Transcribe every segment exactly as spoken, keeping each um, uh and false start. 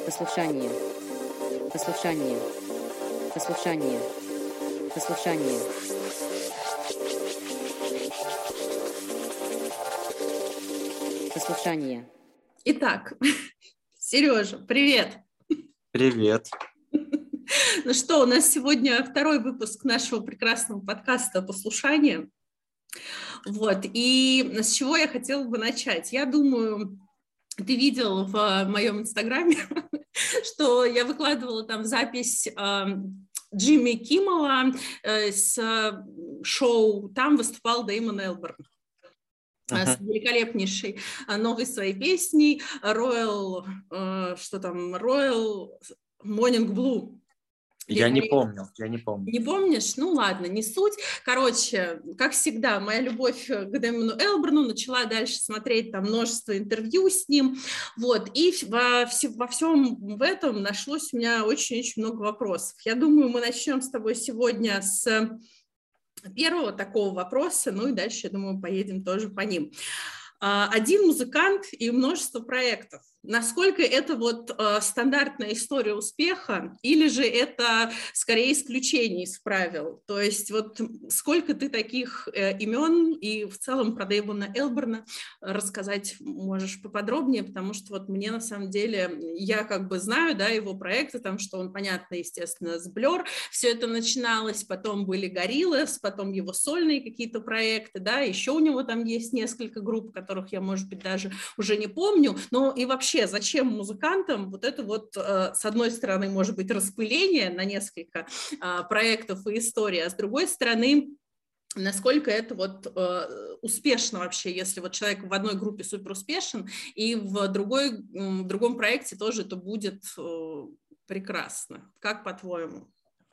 Послушание. Послушание. Послушание. Послушание. Послушание. Итак, Сережа, привет. Привет. Ну что, у нас сегодня второй выпуск нашего прекрасного подкаста «Послушание». Вот, и с чего я хотела бы начать? Я думаю, ты видел в моем инстаграме, что я выкладывала там запись э, Джимми Киммела э, с шоу, там выступал Дэймон Элберн. Uh-huh. С великолепнейшей новой своей песней Royal, э, что там, Royal Morning Blue. Я не помню, я не помню. Не помнишь? Ну ладно, не суть. Короче, как всегда, моя любовь к Дэймону Элберну, начала дальше смотреть там множество интервью с ним, вот, и во, во всем в этом нашлось у меня очень-очень много вопросов. Я думаю, мы начнем с тобой сегодня с первого такого вопроса, ну и дальше, я думаю, поедем тоже по ним. Один музыкант и множество проектов. Насколько это вот э, стандартная история успеха, или же это скорее исключение из правил? То есть вот сколько ты таких э, имен и в целом про Дэймона Элберна рассказать можешь поподробнее, потому что вот мне на самом деле, я как бы знаю, да, его проекты, там, что он, понятно, естественно, с Blur все это начиналось, потом были Gorillaz, потом его сольные какие-то проекты, да, еще у него там есть несколько групп, которых я, может быть, даже уже не помню, но и вообще Вообще, зачем музыкантам вот это вот, э, с одной стороны, может быть, распыление на несколько э, проектов и историй, а с другой стороны, насколько это вот э, успешно вообще, если вот человек в одной группе супер успешен, и в, другой, в другом проекте тоже это будет э, прекрасно. Как по-твоему?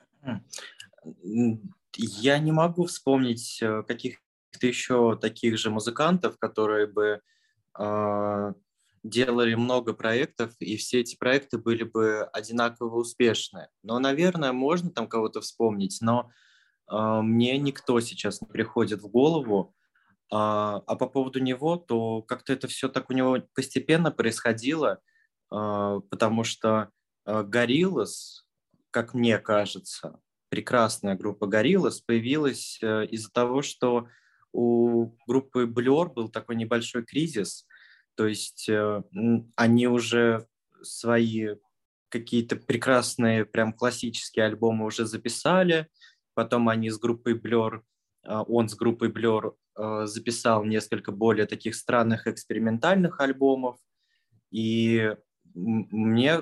Я не могу вспомнить каких-то еще таких же музыкантов, которые бы э, делали много проектов, и все эти проекты были бы одинаково успешны. Но, наверное, можно там кого-то вспомнить, но э, мне никто сейчас не приходит в голову. А, а по поводу него, то как-то это все так у него постепенно происходило, э, потому что э, Gorillaz, как мне кажется, прекрасная группа Gorillaz появилась э, из-за того, что у группы Blur был такой небольшой кризис. То есть э, они уже свои какие-то прекрасные, прям классические альбомы уже записали. Потом они с группой Blur, э, он с группой Blur э, записал несколько более таких странных экспериментальных альбомов. И мне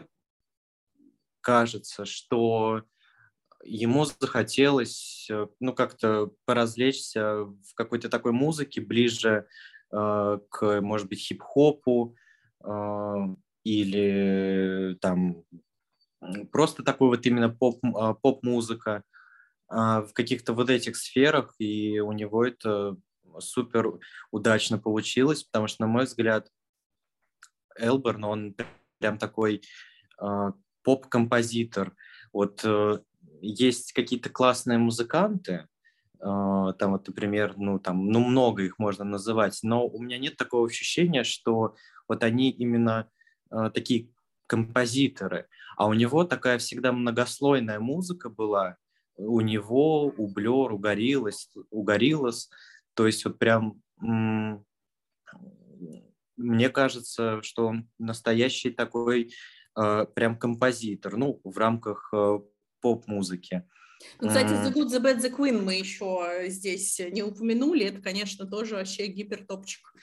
кажется, что ему захотелось, ну, как-то поразвлечься в какой-то такой музыке ближе э, к, может быть, хип-хопу э, или там просто такой вот именно поп, поп-музыка э, в каких-то вот этих сферах, и у него это супер удачно получилось, потому что, на мой взгляд, Элберн, он прям такой э, поп-композитор. Вот э, есть какие-то классные музыканты, э, там вот, например, ну, там, ну, много их можно называть, но у меня нет такого ощущения, что вот они именно э, такие композиторы, а у него такая всегда многослойная музыка была, у него, у Blur, у Gorillaz, у Gorillaz, то есть вот прям м- мне кажется, что он настоящий такой э, прям композитор, ну, в рамках э, поп-музыки. Ну, кстати, The Good, The Bad, The Queen мы еще здесь не упомянули. Это, конечно, тоже вообще гипертопчик.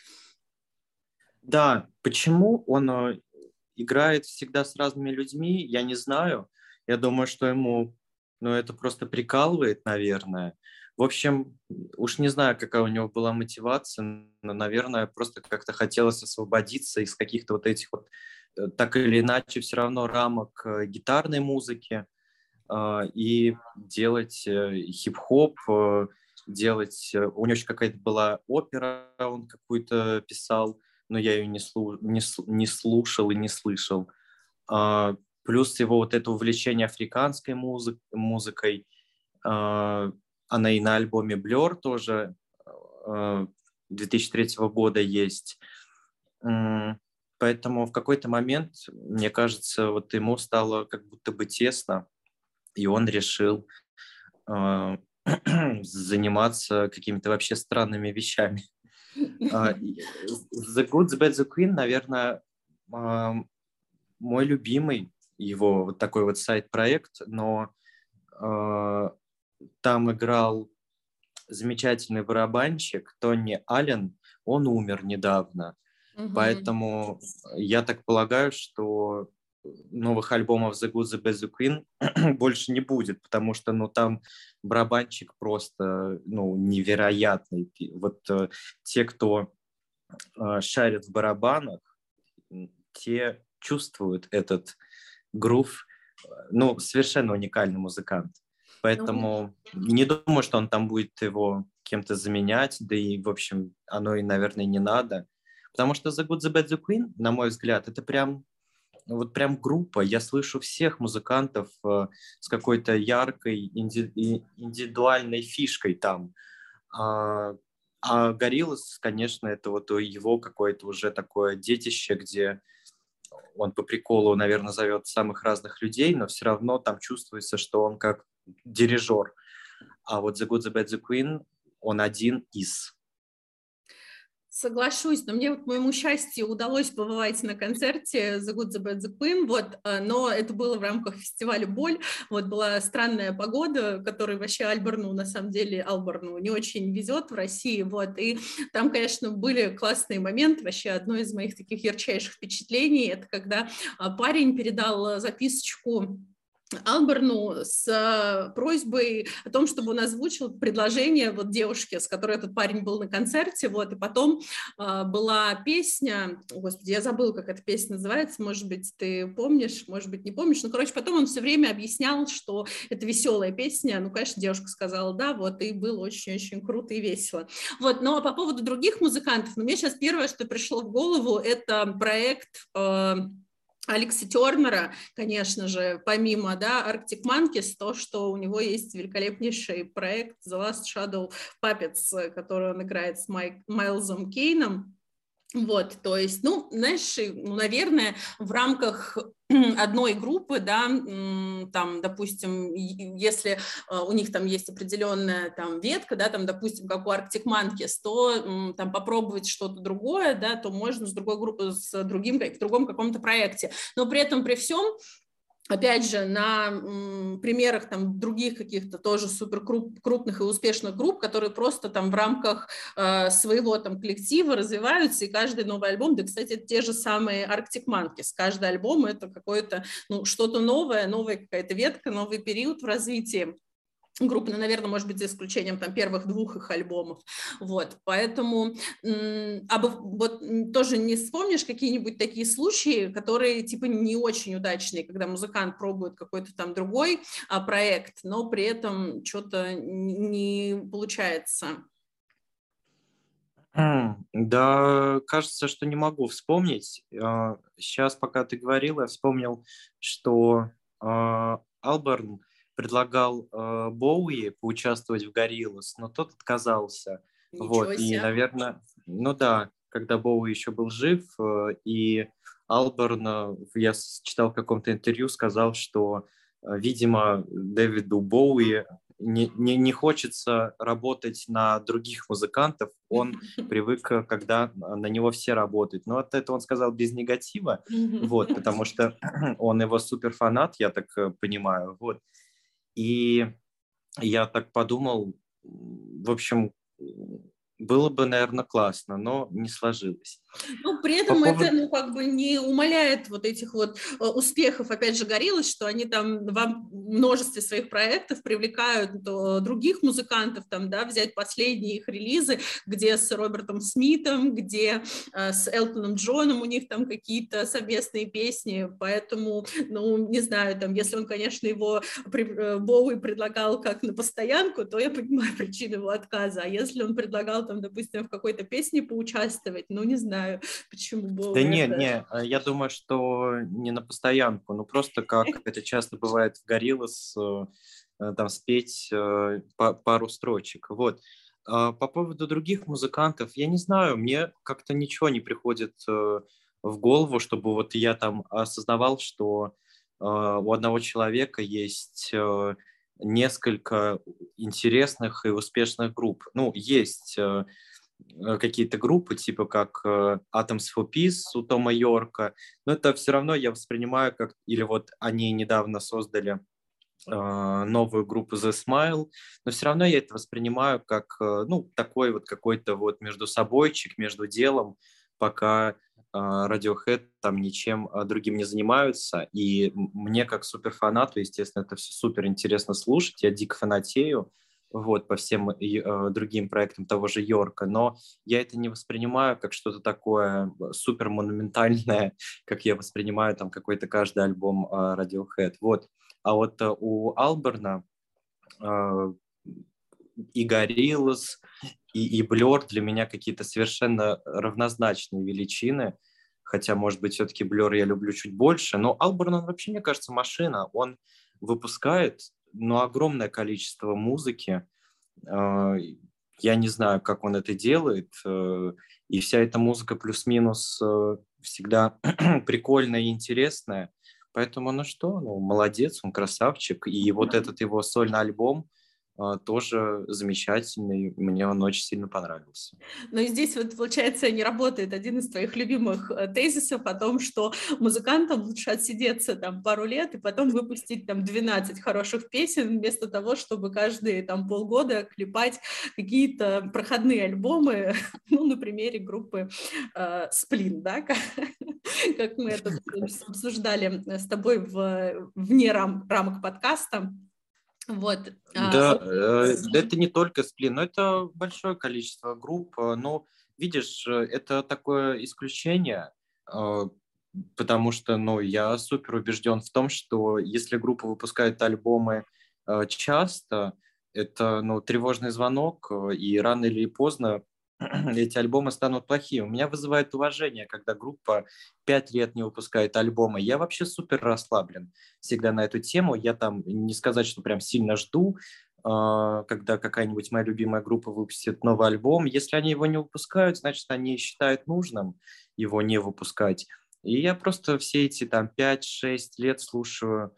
Да, почему он э, играет всегда с разными людьми, я не знаю. Я думаю, что ему, ну, это просто прикалывает, наверное. В общем, уж не знаю, какая у него была мотивация, но, наверное, просто как-то хотелось освободиться из каких-то вот этих вот, так или иначе, все равно рамок гитарной музыки э, и делать э, хип-хоп, э, делать... У него еще какая-то была опера, он какую-то писал, но я ее не, слу... не, не слушал и не слышал. А, плюс его вот это увлечение африканской музы... музыкой, а, она и на альбоме Blur тоже две тысячи третьего года есть. Поэтому в какой-то момент, мне кажется, вот ему стало как будто бы тесно, и он решил э, заниматься какими-то вообще странными вещами. Uh, The Good, The Bad, The Queen, наверное, uh, мой любимый его вот такой вот сайт-проект, но uh, там играл замечательный барабанщик Тони Аллен, он умер недавно, Мгм. поэтому я так полагаю, что новых альбомов The Good, The Bad, The Queen больше не будет, потому что, ну, там барабанщик просто, ну, невероятный. Вот э, те, кто э, шарит в барабанах, те чувствуют этот грув. Ну, совершенно уникальный музыкант. Ну, Поэтому не думаю, что он там будет его кем-то заменять, да и, в общем, оно и, наверное, не надо. Потому что The Good, The Bad, The Queen, на мой взгляд, это прям вот прям группа. Я слышу всех музыкантов э, с какой-то яркой инди- и- индивидуальной фишкой там. А, а Gorillaz, конечно, это вот его какое-то уже такое детище, где он по приколу, наверное, зовет самых разных людей, но все равно там чувствуется, что он как дирижер. А вот The Good, The Bad, The Queen, он один из. соглашусь, но мне, вот, к моему счастью, удалось побывать на концерте The Good, The Bad, The Queen, вот, э, но это было в рамках фестиваля «Боль», вот, была странная погода, которой вообще Альберну, на самом деле, Алберну не очень везет в России, вот, и там, конечно, были классные моменты, вообще одно из моих таких ярчайших впечатлений, это когда а, парень передал записочку Алберну с просьбой о том, чтобы он озвучил предложение вот девушке, с которой этот парень был на концерте, вот, и потом э, была песня, господи, я забыла, как эта песня называется, может быть, ты помнишь, может быть, не помнишь, ну, короче, потом он все время объяснял, что это веселая песня, ну, конечно, девушка сказала да, вот, и было очень-очень круто и весело. Вот, но по поводу других музыкантов, ну, мне сейчас первое, что пришло в голову, это проект э, Алекса Тернера, конечно же, помимо, да, Arctic Monkeys, то, что у него есть великолепнейший проект The Last Shadow Puppets, который он играет с Майк, Майлзом Кейном. Вот, то есть, ну, знаешь, ну, наверное, в рамках одной группы, да, там, допустим, если у них там есть определенная там ветка, да, там, допустим, как у Arctic Monkeys, то там попробовать что-то другое, да, то можно с другой группой, с другим, в другом каком-то проекте. Но при этом, при всем, опять же, на м, примерах там других каких-то тоже супер круп, крупных и успешных групп, которые просто там в рамках э, своего там коллектива развиваются, и каждый новый альбом, да, кстати, это те же самые Arctic Monkeys, каждый альбом это какое-то, ну, что-то новое, новая какая-то ветка, новый период в развитии группы, ну, наверное, может быть, за исключением там первых двух их альбомов, вот, поэтому а вот тоже не вспомнишь какие-нибудь такие случаи, которые, типа, не очень удачные, когда музыкант пробует какой-то там другой а, проект, но при этом что-то не получается? Да, кажется, что не могу вспомнить. Сейчас, пока ты говорила, я вспомнил, что Алберн предлагал э, Боуи поучаствовать в Gorillaz, но тот отказался. Ничего Вот, и, себе. наверное, ну да, когда Боуи еще был жив, э, и Алберн, э, я читал в каком-то интервью, сказал, что, э, видимо, Дэвиду Боуи не, не, не хочется работать на других музыкантов, он привык, когда на него все работают. Но вот это он сказал без негатива, вот, потому что он его суперфанат, я так понимаю, вот. И я так подумал, в общем, было бы, наверное, классно, но не сложилось. Ну, при По этом поводу... это, ну, как бы не умаляет вот этих вот успехов, опять же, Gorillaz, что они там во множестве своих проектов привлекают других музыкантов, там, да, взять последние их релизы, где с Робертом Смитом, где с Элтоном Джоном у них там какие-то совместные песни, поэтому, ну, не знаю, там, если он, конечно, его Боуи предлагал как на постоянку, то я понимаю причину его отказа, а если он предлагал там, допустим, в какой-то песне поучаствовать, ну, не знаю, почему Боуи Да не, это... не, я думаю, что не на постоянку, ну, просто как это часто бывает в Gorillaz, там, спеть пару строчек, вот. По поводу других музыкантов, я не знаю, мне как-то ничего не приходит в голову, чтобы вот я там осознавал, что э, у одного человека есть э, несколько интересных и успешных групп. Ну, есть э, какие-то группы, типа как э, Atoms for Peace у Тома Йорка, но это все равно я воспринимаю как... Или вот они недавно создали новую группу The Smile, но все равно я это воспринимаю как, ну, такой вот какой-то вот между собойчик, между делом, пока Radiohead там ничем другим не занимаются, и мне как суперфанату, естественно, это все супер интересно слушать, я дико фанатею, вот, по всем э, другим проектам того же Йорка, но я это не воспринимаю как что-то такое супер монументальное, как я воспринимаю там какой-то каждый альбом э, Radiohead, вот. А вот uh, у Алберна uh, и Gorillaz, и, и Blur для меня какие-то совершенно равнозначные величины, хотя, может быть, все-таки Blur я люблю чуть больше, но Алберн, он вообще, мне кажется, машина. Он выпускает, ну, огромное количество музыки. Uh, я не знаю, как он это делает, uh, и вся эта музыка плюс-минус uh, всегда прикольная и интересная. Поэтому, ну что, ну, молодец, он красавчик. И вот этот его сольный альбом а, тоже замечательный. Мне он очень сильно понравился. Но и здесь вот, получается, не работает один из твоих любимых тезисов о том, что музыкантам лучше отсидеться там пару лет и потом выпустить там двенадцать хороших песен вместо того, чтобы каждые там полгода клепать какие-то проходные альбомы, ну, на примере группы э, Сплин, да, как, как мы это обсуждали с тобой в, вне рам, рамок подкаста. Вот. Да, э, это не только Сплин, но это большое количество групп. Но, видишь, это такое исключение, э, потому что, ну, я супер убежден в том, что если группа выпускает альбомы э, часто, это, ну, тревожный звонок, и рано или поздно эти альбомы станут плохими. У меня вызывает уважение, когда группа пять лет не выпускает альбомы. Я вообще супер расслаблен всегда на эту тему. Я там, не сказать, что прям сильно жду, когда какая-нибудь моя любимая группа выпустит новый альбом. Если они его не выпускают, значит, они считают нужным его не выпускать. И я просто все эти там пять-шесть лет слушаю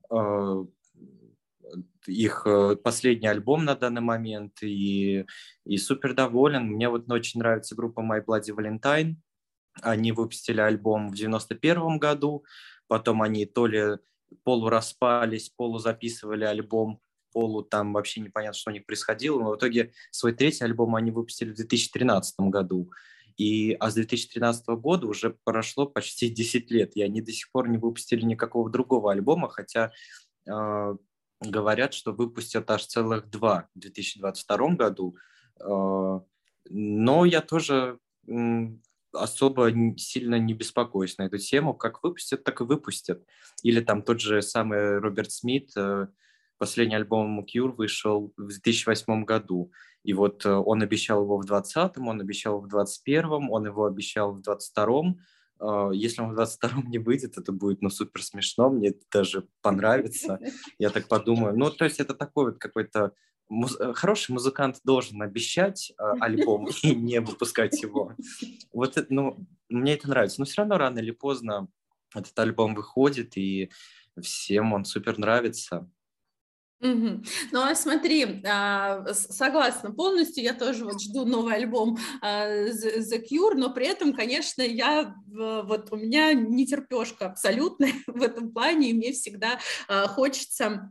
их последний альбом на данный момент, и, и супер доволен. Мне вот очень нравится группа My Bloody Valentine. Они выпустили альбом в девяносто первом году, потом они то ли полураспались, полузаписывали альбом, полу там вообще непонятно, что у них происходило, но в итоге свой третий альбом они выпустили в две тысячи тринадцатом году. И, а с две тысячи тринадцатого года уже прошло почти десять лет, и они до сих пор не выпустили никакого другого альбома, хотя э, говорят, что выпустят аж целых два в две тысячи двадцать втором году. Но я тоже особо сильно не беспокоюсь на эту тему. Как выпустят, так и выпустят. Или там тот же самый Роберт Смит, последний альбом Cure вышел в две тысячи восьмом году. И вот он обещал его в двадцатом, он обещал в двадцать первом, он его обещал в двадцать втором. Если он в двадцать втором не выйдет, это будет, ну, супер смешно, мне это даже понравится, я так подумаю. Ну, то есть это такой вот какой-то... Муз... Хороший музыкант должен обещать э, альбом и не выпускать его. Вот это, ну, мне это нравится. Но все равно рано или поздно этот альбом выходит, и всем он супер нравится. Угу. Ну, а смотри, согласна полностью, я тоже вот жду новый альбом The Cure, но при этом, конечно, я, вот у меня нетерпешка абсолютная в этом плане, и мне всегда хочется,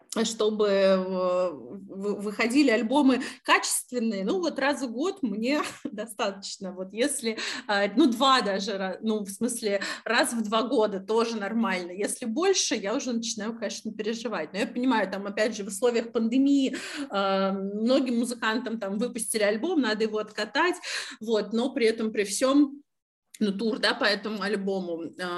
чтобы выходили альбомы качественные, ну вот раз в год мне достаточно, вот если, ну два даже, ну в смысле раз в два года тоже нормально, если больше, я уже начинаю, конечно, переживать, но я понимаю, там опять же в условиях пандемии многим музыкантам там выпустили альбом, надо его откатать, вот, но при этом при всем ну, тур, да, по этому альбому,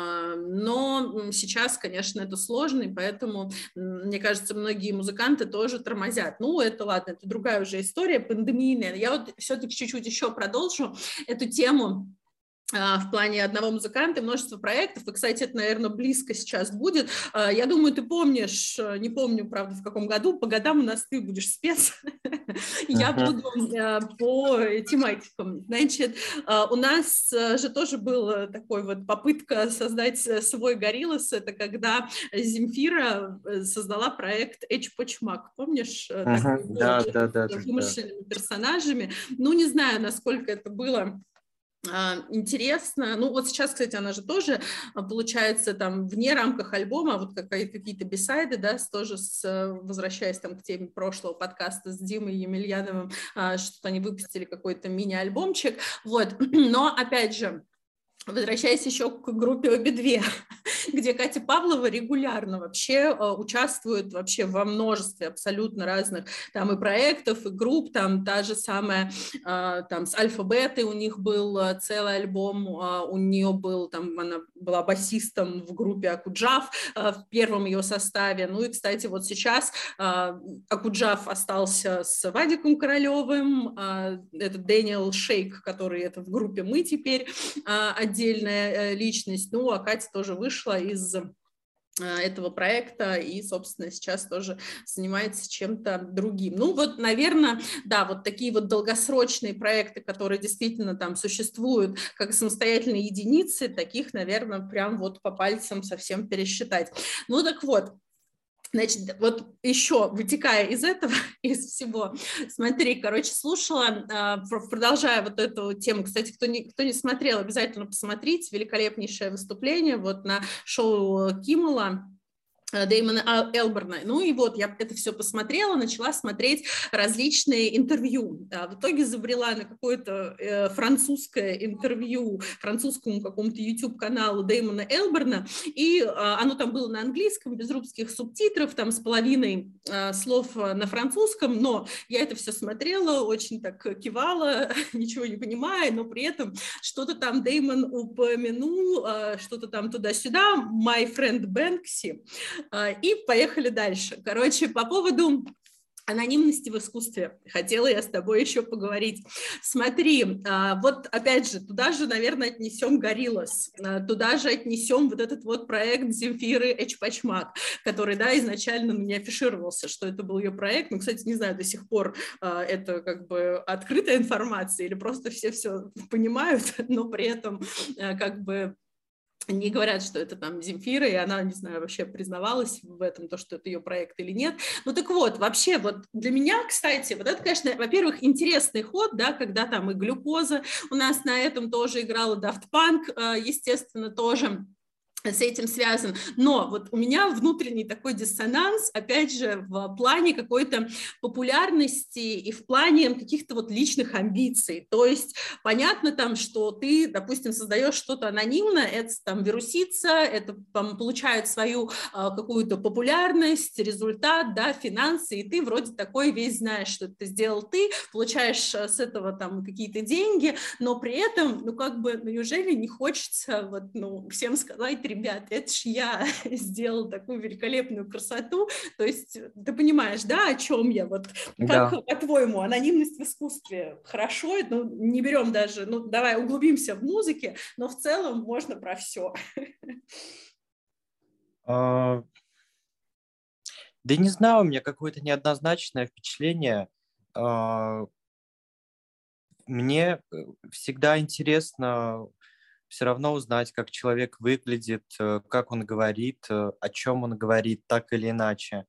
но сейчас, конечно, это сложно, и поэтому, мне кажется, многие музыканты тоже тормозят. Ну, это ладно, это другая уже история, пандемийная. Я вот все-таки чуть-чуть еще продолжу эту тему. в плане одного музыканта и множество проектов. И, кстати, это, наверное, близко сейчас будет. Я думаю, ты помнишь, не помню, правда, в каком году, по годам у нас ты будешь спец. Я буду по тематикам. Значит, у нас же тоже была такой вот попытка создать свой Gorillaz. Это когда Земфира создала проект Эчпочмак. Помнишь? Uh-huh. Да, да, да, с вымышленными да. персонажами. Ну, не знаю, насколько это было интересно. Ну, вот сейчас, кстати, она же тоже, получается, там, вне рамках альбома, вот какие-то бисайды, да, тоже с, возвращаясь там к теме прошлого подкаста с Димой Емельяновым, что-то они выпустили какой-то мини-альбомчик, вот, но, опять же, возвращаясь еще к группе Обе две, где Катя Павлова регулярно вообще э, участвует вообще во множестве абсолютно разных там и проектов, и групп, там та же самая, э, там с Альфа-Бетой у них был целый альбом, э, у нее был, там она была басистом в группе Акуджав э, в первом ее составе, ну и, кстати, вот сейчас э, Акуджав остался с Вадиком Королевым, э, это Дэниел Шейк, который это в группе «Мы» теперь, э, отдельная личность, ну, а Катя тоже вышла из этого проекта и, собственно, сейчас тоже занимается чем-то другим. Ну, вот, наверное, да, вот такие вот долгосрочные проекты, которые действительно там существуют как самостоятельные единицы, таких, наверное, прям вот по пальцам совсем пересчитать. Ну, так вот, значит, вот еще вытекая из этого, из всего, смотри, короче, слушала, продолжая вот эту тему, кстати, кто не, кто не смотрел, обязательно посмотрите, великолепнейшее выступление вот на шоу Киммела, Дэймона Элберна. Ну и вот я это все посмотрела, начала смотреть различные интервью. В итоге забрела на какое-то французское интервью французскому какому-то YouTube-каналу Дэймона Элберна, и оно там было на английском, без русских субтитров, там с половиной слов на французском, но я это все смотрела, очень так кивала, ничего не понимая, но при этом что-то там Дэймон упомянул, что-то там туда-сюда, my friend Banksy, и поехали дальше. Короче, по поводу анонимности в искусстве хотела я с тобой еще поговорить. Смотри, вот опять же, туда же, наверное, отнесем Gorillaz, туда же отнесем вот этот вот проект Земфиры Эчпочмак, который, да, изначально не афишировался, что это был ее проект. Ну, кстати, не знаю, до сих пор это как бы открытая информация или просто все все понимают, но при этом как бы не говорят, что это там Земфира, и она, не знаю, вообще признавалась в этом, то, что это ее проект или нет. Ну так вот, вообще, вот для меня, кстати, вот это, конечно, во-первых, интересный ход, да, когда там и Глюкоза у нас на этом тоже играла, Daft Punk, естественно, тоже с этим связан. Но вот у меня внутренний такой диссонанс, опять же, в плане какой-то популярности и в плане каких-то вот личных амбиций. То есть понятно там, что ты, допустим, создаешь что-то анонимно, это там вирусится, это там, получает свою а, какую-то популярность, результат, да, финансы, и ты вроде такой весь знаешь, что это сделал ты, получаешь с этого там какие-то деньги, но при этом, ну как бы, ну, неужели не хочется вот, ну, всем сказать, ребят, это ж я сделал такую великолепную красоту, то есть ты понимаешь, да, о чем я, вот как, да. По-твоему, анонимность в искусстве хорошо, ну, не берем даже, ну, давай углубимся в музыке, но в целом можно про все. А, да не знаю, у меня какое-то неоднозначное впечатление. А, мне всегда интересно все равно узнать, как человек выглядит, как он говорит, о чем он говорит, так или иначе.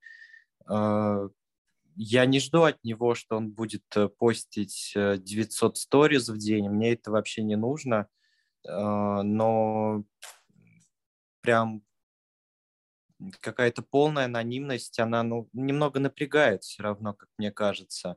Я не жду от него, что он будет постить девятьсот сториз в день, мне это вообще не нужно, но прям какая-то полная анонимность, она ну, немного напрягает все равно, как мне кажется.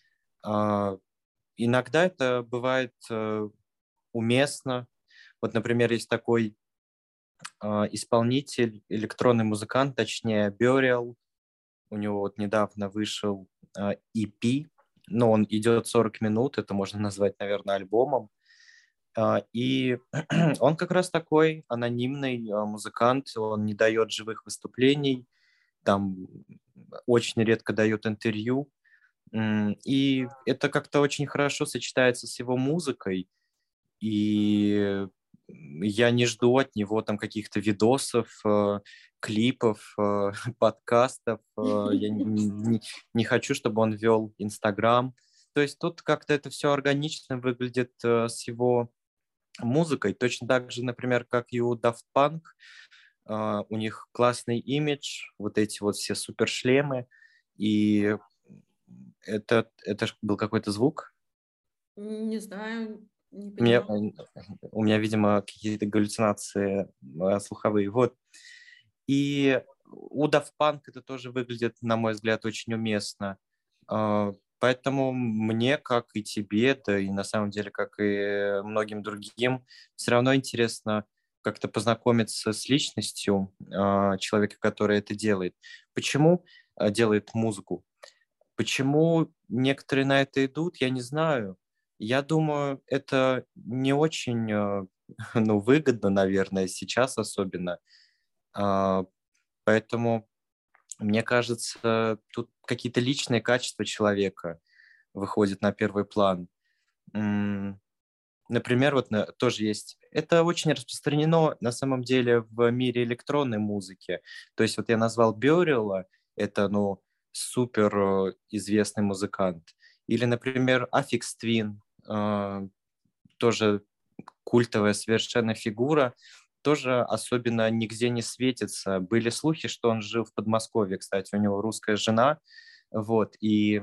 Иногда это бывает уместно. Вот, например, есть такой э, исполнитель, электронный музыкант, точнее, Burial. У него вот недавно вышел э, и пи, но он идет сорок минут, это можно назвать, наверное, альбомом. Э, и он как раз такой анонимный э, музыкант, он не дает живых выступлений, там очень редко дает интервью. И это как-то очень хорошо сочетается с его музыкой. и я не жду от него там каких-то видосов, э, клипов, э, подкастов. Э, я не, не- не хочу, чтобы он вел Инстаграм. То есть тут как-то это все органично выглядит э, с его музыкой. Точно так же, например, как и у Daft Punk. Э, у них классный имидж, вот эти вот все супершлемы. И это, это ж был какой-то звук. Не знаю, не У меня, поняла. у меня, видимо, какие-то галлюцинации э, слуховые. Вот. И у Daft Punk это тоже выглядит, на мой взгляд, очень уместно. А, Поэтому мне, как и тебе, да и на самом деле, как и многим другим, все равно интересно как-то познакомиться с личностью а, человека, который это делает. Почему а, делает музыку? Почему некоторые на это идут, я не знаю. Я думаю, это не очень э, ну, выгодно, наверное, сейчас особенно. А, Поэтому, мне кажется, тут какие-то личные качества человека выходят на первый план. М, Например, вот на- тоже есть... Это очень распространено на самом деле в мире электронной музыки. То есть вот я назвал Бёрила, это, ну, супер э, известный музыкант. Или, например, Aphex Twin, э, тоже культовая совершенно фигура, тоже особенно нигде не светится. Были слухи, что он жил в Подмосковье, кстати, у него русская жена, вот, и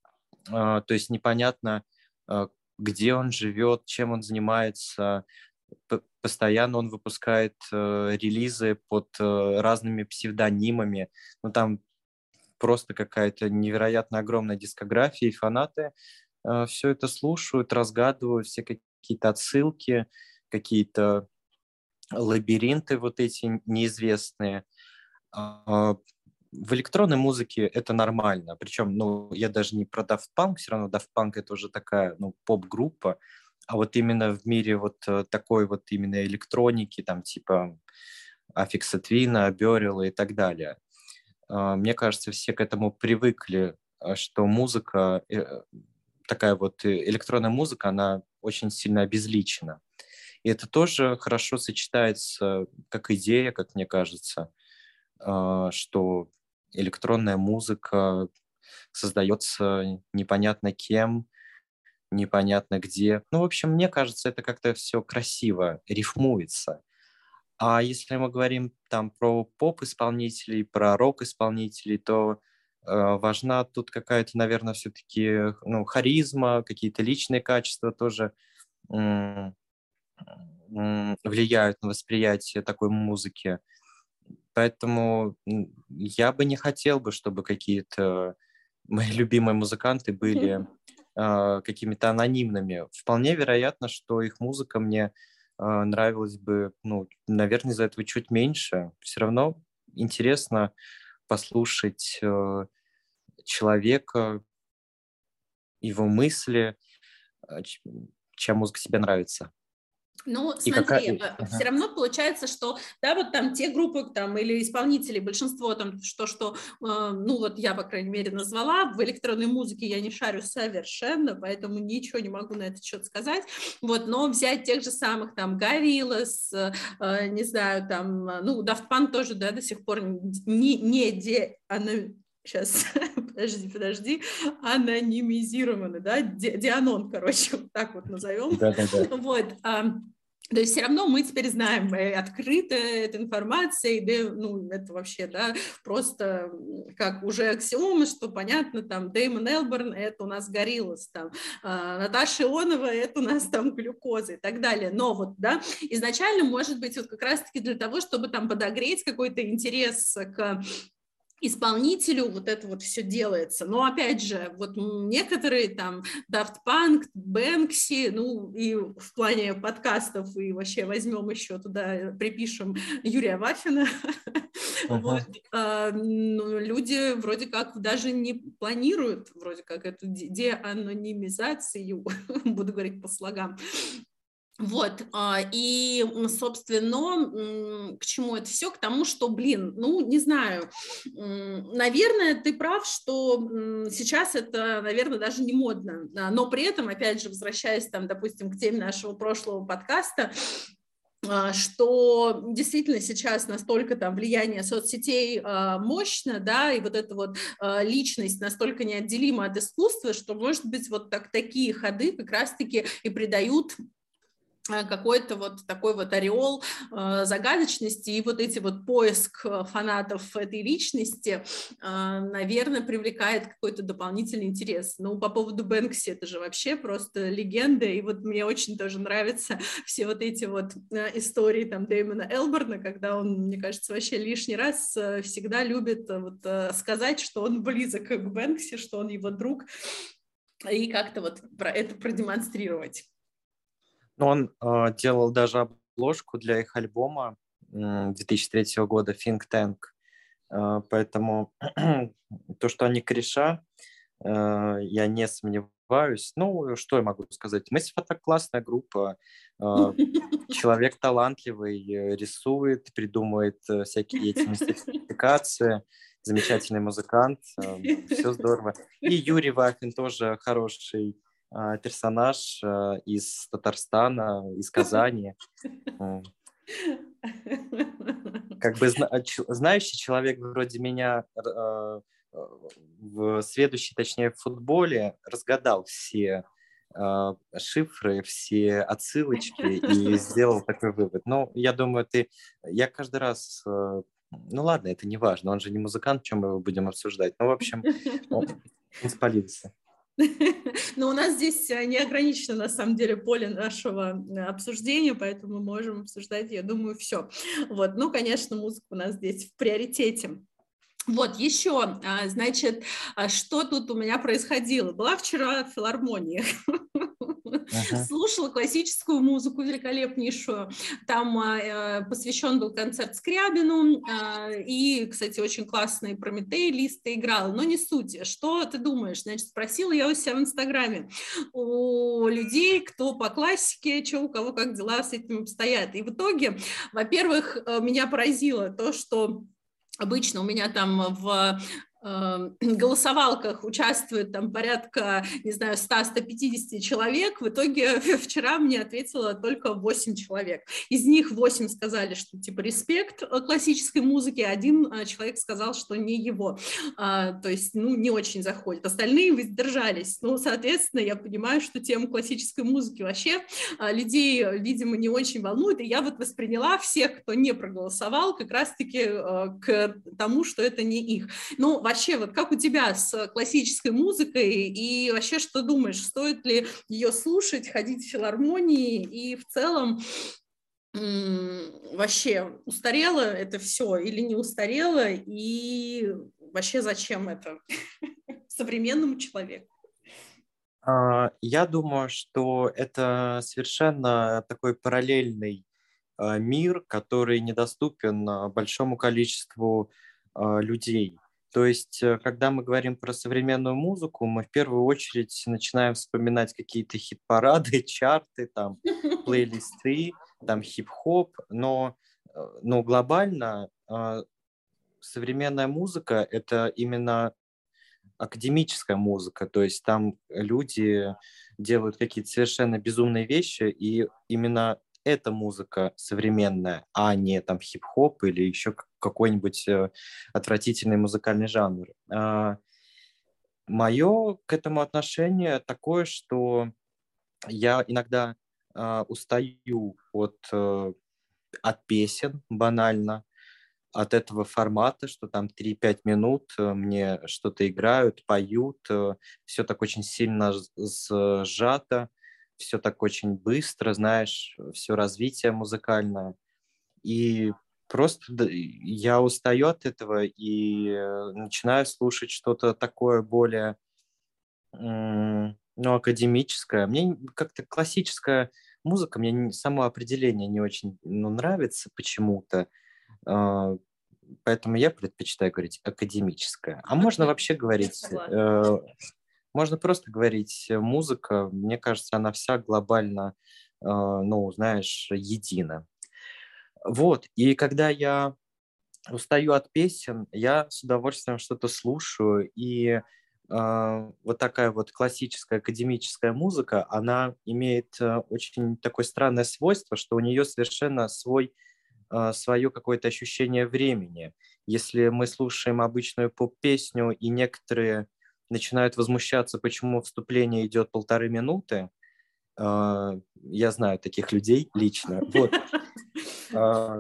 а, то есть непонятно, а, где он живет, чем он занимается. П- Постоянно он выпускает э, релизы под э, разными псевдонимами. Ну, там просто какая-то невероятно огромная дискография, и фанаты все это слушают, разгадывают все какие-то отсылки, какие-то лабиринты вот эти неизвестные. А, В электронной музыке это нормально. Причем, ну, я даже не про Daft Punk, все равно Daft Punk это уже такая, ну, поп-группа, а вот именно в мире вот э, такой вот именно электроники, там типа Aphex Twin, Burial и так далее. А, Мне кажется, все к этому привыкли, а, что музыка, э, такая вот э, электронная музыка, она очень сильно обезличена. И это тоже хорошо сочетается как идея, как мне кажется, а, что электронная музыка создается непонятно кем, непонятно где. Ну, в общем, мне кажется, это как-то все красиво рифмуется. А если мы говорим там про поп-исполнителей, про рок-исполнителей, то э, важна тут какая-то, наверное, все-таки ну, харизма, какие-то личные качества тоже м, м, влияют на восприятие такой музыки. Поэтому м, я бы не хотел бы, чтобы какие-то мои любимые музыканты были э, какими-то анонимными. Вполне вероятно, что их музыка мне э, нравилась бы, ну, наверное, из-за этого чуть меньше. Все равно интересно послушать э, человека, его мысли, э, ч- чья музыка тебе нравится. Ну, И какая... смотри, и- все Ага. равно получается, что, да, вот там те группы там или исполнители, большинство там, что, что, э, ну, вот я, по крайней мере, назвала, в электронной музыке я не шарю совершенно, поэтому ничего не могу на этот счет сказать, вот, но взять тех же самых там Gorillaz, э, не знаю, там, ну, Daft Punk тоже, да, до сих пор не, не де, она, сейчас, подожди, подожди, анонимизированы, да, Ди- Дианон, короче, вот так вот назовем, Да-да-да. вот, то есть все равно мы теперь знаем, открыта эта информация, и да, ну, это вообще, да, просто как уже аксиома, что понятно, там, Дэймон Элберн, это у нас Gorillaz, там, а, Наташа Ионова, это у нас там глюкоза и так далее. Но вот, да, изначально, может быть, вот как раз-таки для того, чтобы там подогреть какой-то интерес к исполнителю, вот это вот все делается. Но опять же, вот некоторые там Daft Punk, Бэнкси, ну и в плане подкастов, и вообще возьмем еще туда, припишем Юрия Вафина, вот, Мгм. а, ну, люди вроде как даже не планируют вроде как эту де- деанонимизацию, буду говорить по слогам, Вот, а, и, м, собственно, м, к чему это все? К тому, что, блин, ну, не знаю, м, наверное, ты прав, что м, сейчас это, наверное, даже не модно, да, но при этом, опять же, возвращаясь, там, допустим, к теме нашего прошлого подкаста, а, что действительно сейчас настолько там влияние соцсетей а, мощно, да, и вот эта вот а, личность настолько неотделима от искусства, что, может быть, вот так, такие ходы как раз-таки и придают какой-то вот такой вот ореол э, загадочности, и вот эти вот поиск фанатов этой личности, э, наверное, привлекает какой-то дополнительный интерес. Ну, по поводу Бэнкси, это же вообще просто легенда, и вот мне очень тоже нравятся все вот эти вот э, истории там Дэймона Элборна, когда он, мне кажется, вообще лишний раз э, всегда любит э, вот э, сказать, что он близок к Бэнкси, что он его друг, и как-то вот про это продемонстрировать. Но он э, делал даже обложку для их альбома м, две тысячи третьего года Think Tank. Э, поэтому то, что они кореша, э, я не сомневаюсь. Ну, что я могу сказать? Massive Attack классная группа. Э, человек талантливый, э, рисует, придумывает э, всякие эти мистификации. Замечательный музыкант. Э, все здорово. И Юрий Вафин тоже хороший э, персонаж э, из Татарстана, из Казани. М. Как бы зна- ч- знающий человек вроде меня, э, э, в сведущий, точнее, в футболе, разгадал все э, шифры, все отсылочки и сделал такой вывод. Ну, я думаю, ты... Я каждый раз... э, Ну ладно, это не важно, он же не музыкант, чем мы его будем обсуждать. Ну, в общем, он, он спалился. Но у нас здесь не ограничено, на самом деле, поле нашего обсуждения, поэтому мы можем обсуждать, я думаю, все. Вот. Ну, конечно, музыка у нас здесь в приоритете. Вот, еще, значит, что тут у меня происходило? Была вчера в филармонии, Uh-huh. слушала классическую музыку великолепнейшую, там э, посвящен был концерт Скрябину, э, и, кстати, очень классный Прометей листы играл, но не суть. Что ты думаешь? Значит, спросила я у себя в Инстаграме у людей, кто по классике, что у кого как дела с этим обстоят. И в итоге, во-первых, меня поразило то, что обычно у меня там в голосовалках участвует там порядка, не знаю, сто - сто пятьдесят человек. В итоге вчера мне ответило только восемь человек. Из них восемь сказали, что типа респект классической музыке, один человек сказал, что не его. А, то есть, ну, не очень заходит. Остальные воздержались. Ну, соответственно, я понимаю, что тема классической музыки вообще а, людей, видимо, не очень волнует. И я вот восприняла всех, кто не проголосовал, как раз-таки а, к тому, что это не их. Ну, вообще, вот как у тебя с классической музыкой, и вообще, что думаешь, стоит ли ее слушать, ходить в филармонии, и в целом вообще устарело это все или не устарело, и вообще зачем это современному человеку? Я думаю, что это совершенно такой параллельный мир, который недоступен большому количеству людей. То есть, когда мы говорим про современную музыку, мы в первую очередь начинаем вспоминать какие-то хит-парады, чарты, там, плейлисты, там, хип-хоп, но, но глобально современная музыка — это именно академическая музыка, то есть там люди делают какие-то совершенно безумные вещи, и именно эта музыка современная, а не там хип-хоп или еще какой-нибудь э, отвратительный музыкальный жанр. А, мое к этому отношение такое, что я иногда а, устаю от, э, от песен банально, от этого формата, что там три-пять минут э, мне что-то играют, поют, все так очень сильно сжато, все так очень быстро, знаешь, все развитие музыкальное. И просто я устаю от этого и э, начинаю слушать что-то такое более, ну, академическое. Мне как-то классическая музыка, мне само определение не очень, ну, нравится почему-то. А, Поэтому я предпочитаю говорить академическая. А можно вообще говорить, э, можно просто говорить э, музыка. Мне кажется, она вся глобально ну, знаешь, едино. Вот, и когда я устаю от песен, я с удовольствием что-то слушаю, и э, вот такая вот классическая академическая музыка, она имеет э, очень такое странное свойство, что у нее совершенно свой, э, свое какое-то ощущение времени. Если мы слушаем обычную поп-песню, и некоторые начинают возмущаться, почему вступление идет полторы минуты, э, я знаю таких людей лично, вот, э,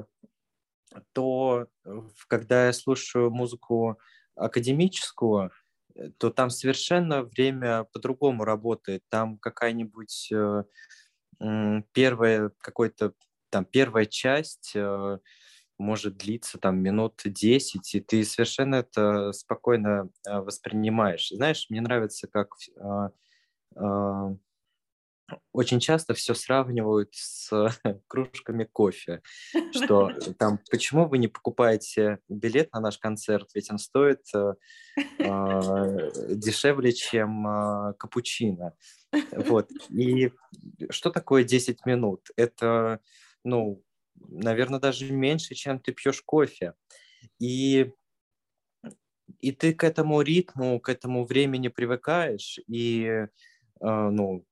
то э, когда я слушаю музыку академическую, э, то там совершенно время по-другому работает. Там какая-нибудь э, м, первая какой-то там первая часть э, может длиться там минут десять, и ты совершенно это спокойно э, воспринимаешь. Знаешь, мне нравится, как э, э, очень часто все сравнивают с кружками кофе, что э, там почему вы не покупаете билет на наш концерт, ведь он стоит э, а, дешевле, чем а, капучино. Вот. И что такое десять минут? Это, ну, наверное, даже меньше, чем ты пьешь кофе. И, и ты к этому ритму, к этому времени привыкаешь, и, а, ну,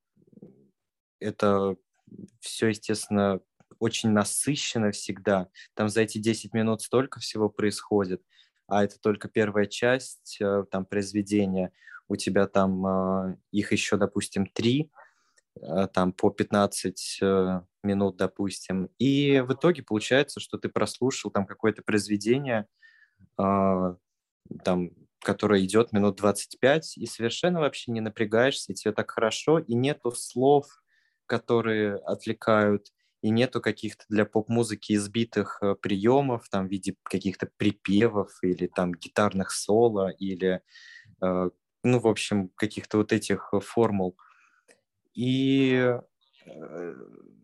это все, естественно, очень насыщенно всегда. Там за эти десять минут столько всего происходит, а это только первая часть э, там произведения. У тебя там э, их еще, допустим, три, э, там по пятнадцать э, минут, допустим. И в итоге получается, что ты прослушал там какое-то произведение, э, там, которое идет минут двадцать пять, и совершенно вообще не напрягаешься, и тебе так хорошо, и нету слов, которые отвлекают, и нету каких-то для поп-музыки избитых э, приемов, там, в виде каких-то припевов или там гитарных соло, или, э, ну, в общем, каких-то вот этих э, формул. И э,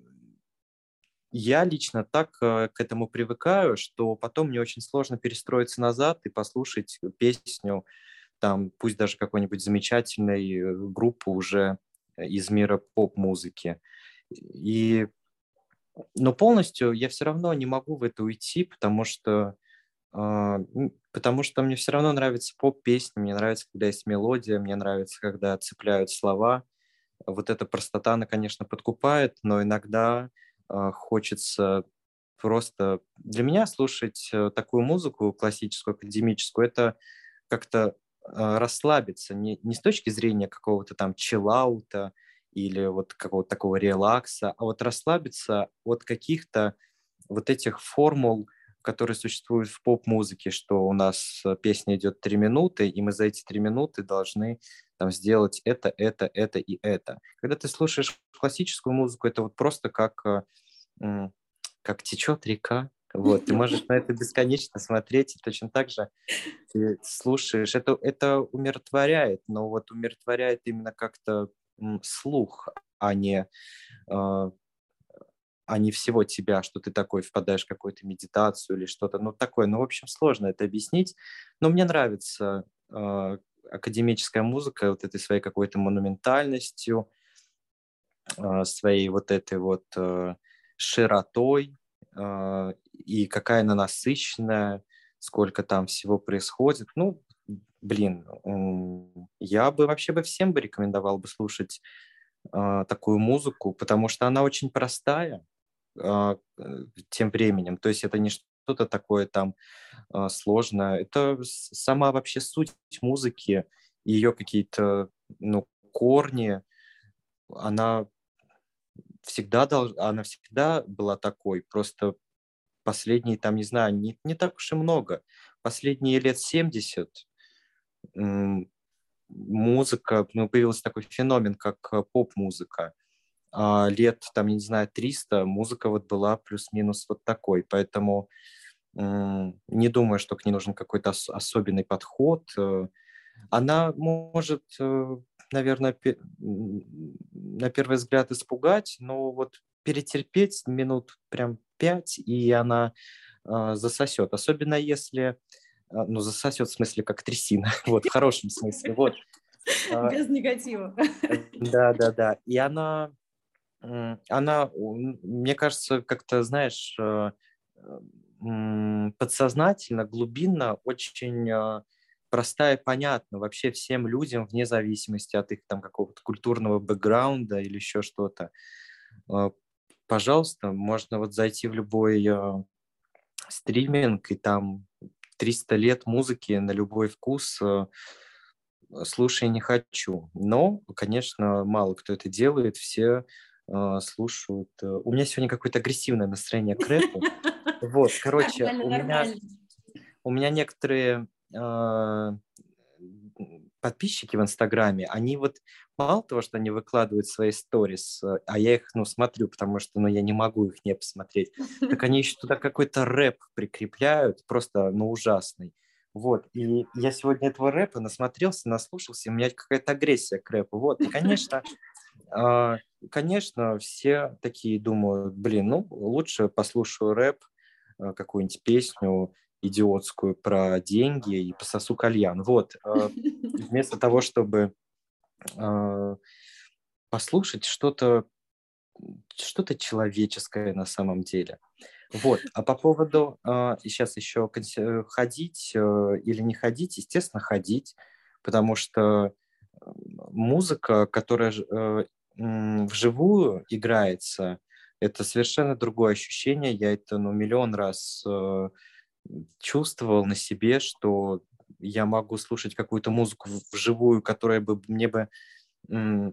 я лично так э, к этому привыкаю, что потом мне очень сложно перестроиться назад и послушать песню, там, пусть даже какой-нибудь замечательной э, группы уже э, из мира поп-музыки. И, но полностью я все равно не могу в это уйти, потому что, а, м, потому что мне все равно нравится поп-песни, мне нравится, когда есть мелодия, мне нравится, когда цепляют слова. Вот эта простота, она, конечно, подкупает, но иногда а, хочется просто... Для меня слушать э, такую музыку классическую, академическую, это как-то а, расслабиться, не, не с точки зрения какого-то там чиллаута или вот какого-то такого релакса, а вот расслабиться от каких-то вот этих формул, которые существуют в поп-музыке, что у нас э, песня идет три минуты, и мы за эти три минуты должны там сделать это, это, это и это. Когда ты слушаешь классическую музыку, это вот просто как, э, м, как течет река. Вот, ты можешь на это бесконечно смотреть, и точно так же ты слушаешь. Это, это умиротворяет, но вот умиротворяет именно как-то м, слух, а не, э, а не всего тебя, что ты такой впадаешь в какую-то медитацию или что-то, ну, такое. Ну, в общем, сложно это объяснить, но мне нравится э, академическая музыка вот этой своей какой-то монументальностью, э, своей вот этой вот э, широтой, э, и какая она насыщенная, сколько там всего происходит. Ну, блин, м, я бы вообще бы всем бы рекомендовал бы слушать э, такую музыку, потому что она очень простая, а, э, тем временем. То есть это не что-то такое там а, сложное. Это с- сама вообще суть музыки, ее какие-то ну, корни, она всегда, долж... она всегда была такой. Просто последние, там, не знаю, не, не так уж и много. Последние лет семьдесят м, музыка, ну, появился такой феномен, как э, поп-музыка. А лет, там, не знаю, триста музыка вот была плюс-минус вот такой. Поэтому м, не думаю, что к ней нужен какой-то ос- особенный подход. Э, Она может, э, наверное, пе- м, на первый взгляд испугать, но вот перетерпеть минут прям пять, и она э, засосет. Особенно если, э, ну, засосет в смысле как трясина, вот, в хорошем смысле, вот. А, Без негатива. Да, да, да. И она М, Она, мне кажется, как-то, знаешь, э, м, подсознательно, глубинно очень э, простая и понятна вообще всем людям, вне зависимости от их там какого-то культурного бэкграунда или еще что-то. Э, Пожалуйста, можно вот зайти в любой э, стриминг, и там триста лет музыки на любой вкус. э, Слушай, не хочу. Но, конечно, мало кто это делает, все э, слушают. э, У меня сегодня какое-то агрессивное настроение к рэпу. Вот, короче, Нормально, у меня, нормально. у меня некоторые э, подписчики в Инстаграме, они вот мало того, что они выкладывают свои сторис, э, а я их, ну, смотрю, потому что, ну, я не могу их не посмотреть, так они еще туда какой-то рэп прикрепляют, просто, ну, ужасный. Вот, и я сегодня этого рэпа насмотрелся, наслушался, и у меня какая-то агрессия к рэпу. Вот, и, конечно, а, конечно, все такие думают, блин, ну, лучше послушаю рэп, а, какую-нибудь песню идиотскую про деньги и пососу кальян. Вот, а, вместо того, чтобы а, послушать что-то что-то человеческое на самом деле. Вот. А по поводу а, и сейчас еще консе- ходить э, или не ходить, естественно, ходить, потому что э, музыка, которая ж- э, м, вживую играется, это совершенно другое ощущение. Я это ну, миллион раз э, чувствовал на себе, что я могу слушать какую-то музыку в- вживую, которая бы мне бы м,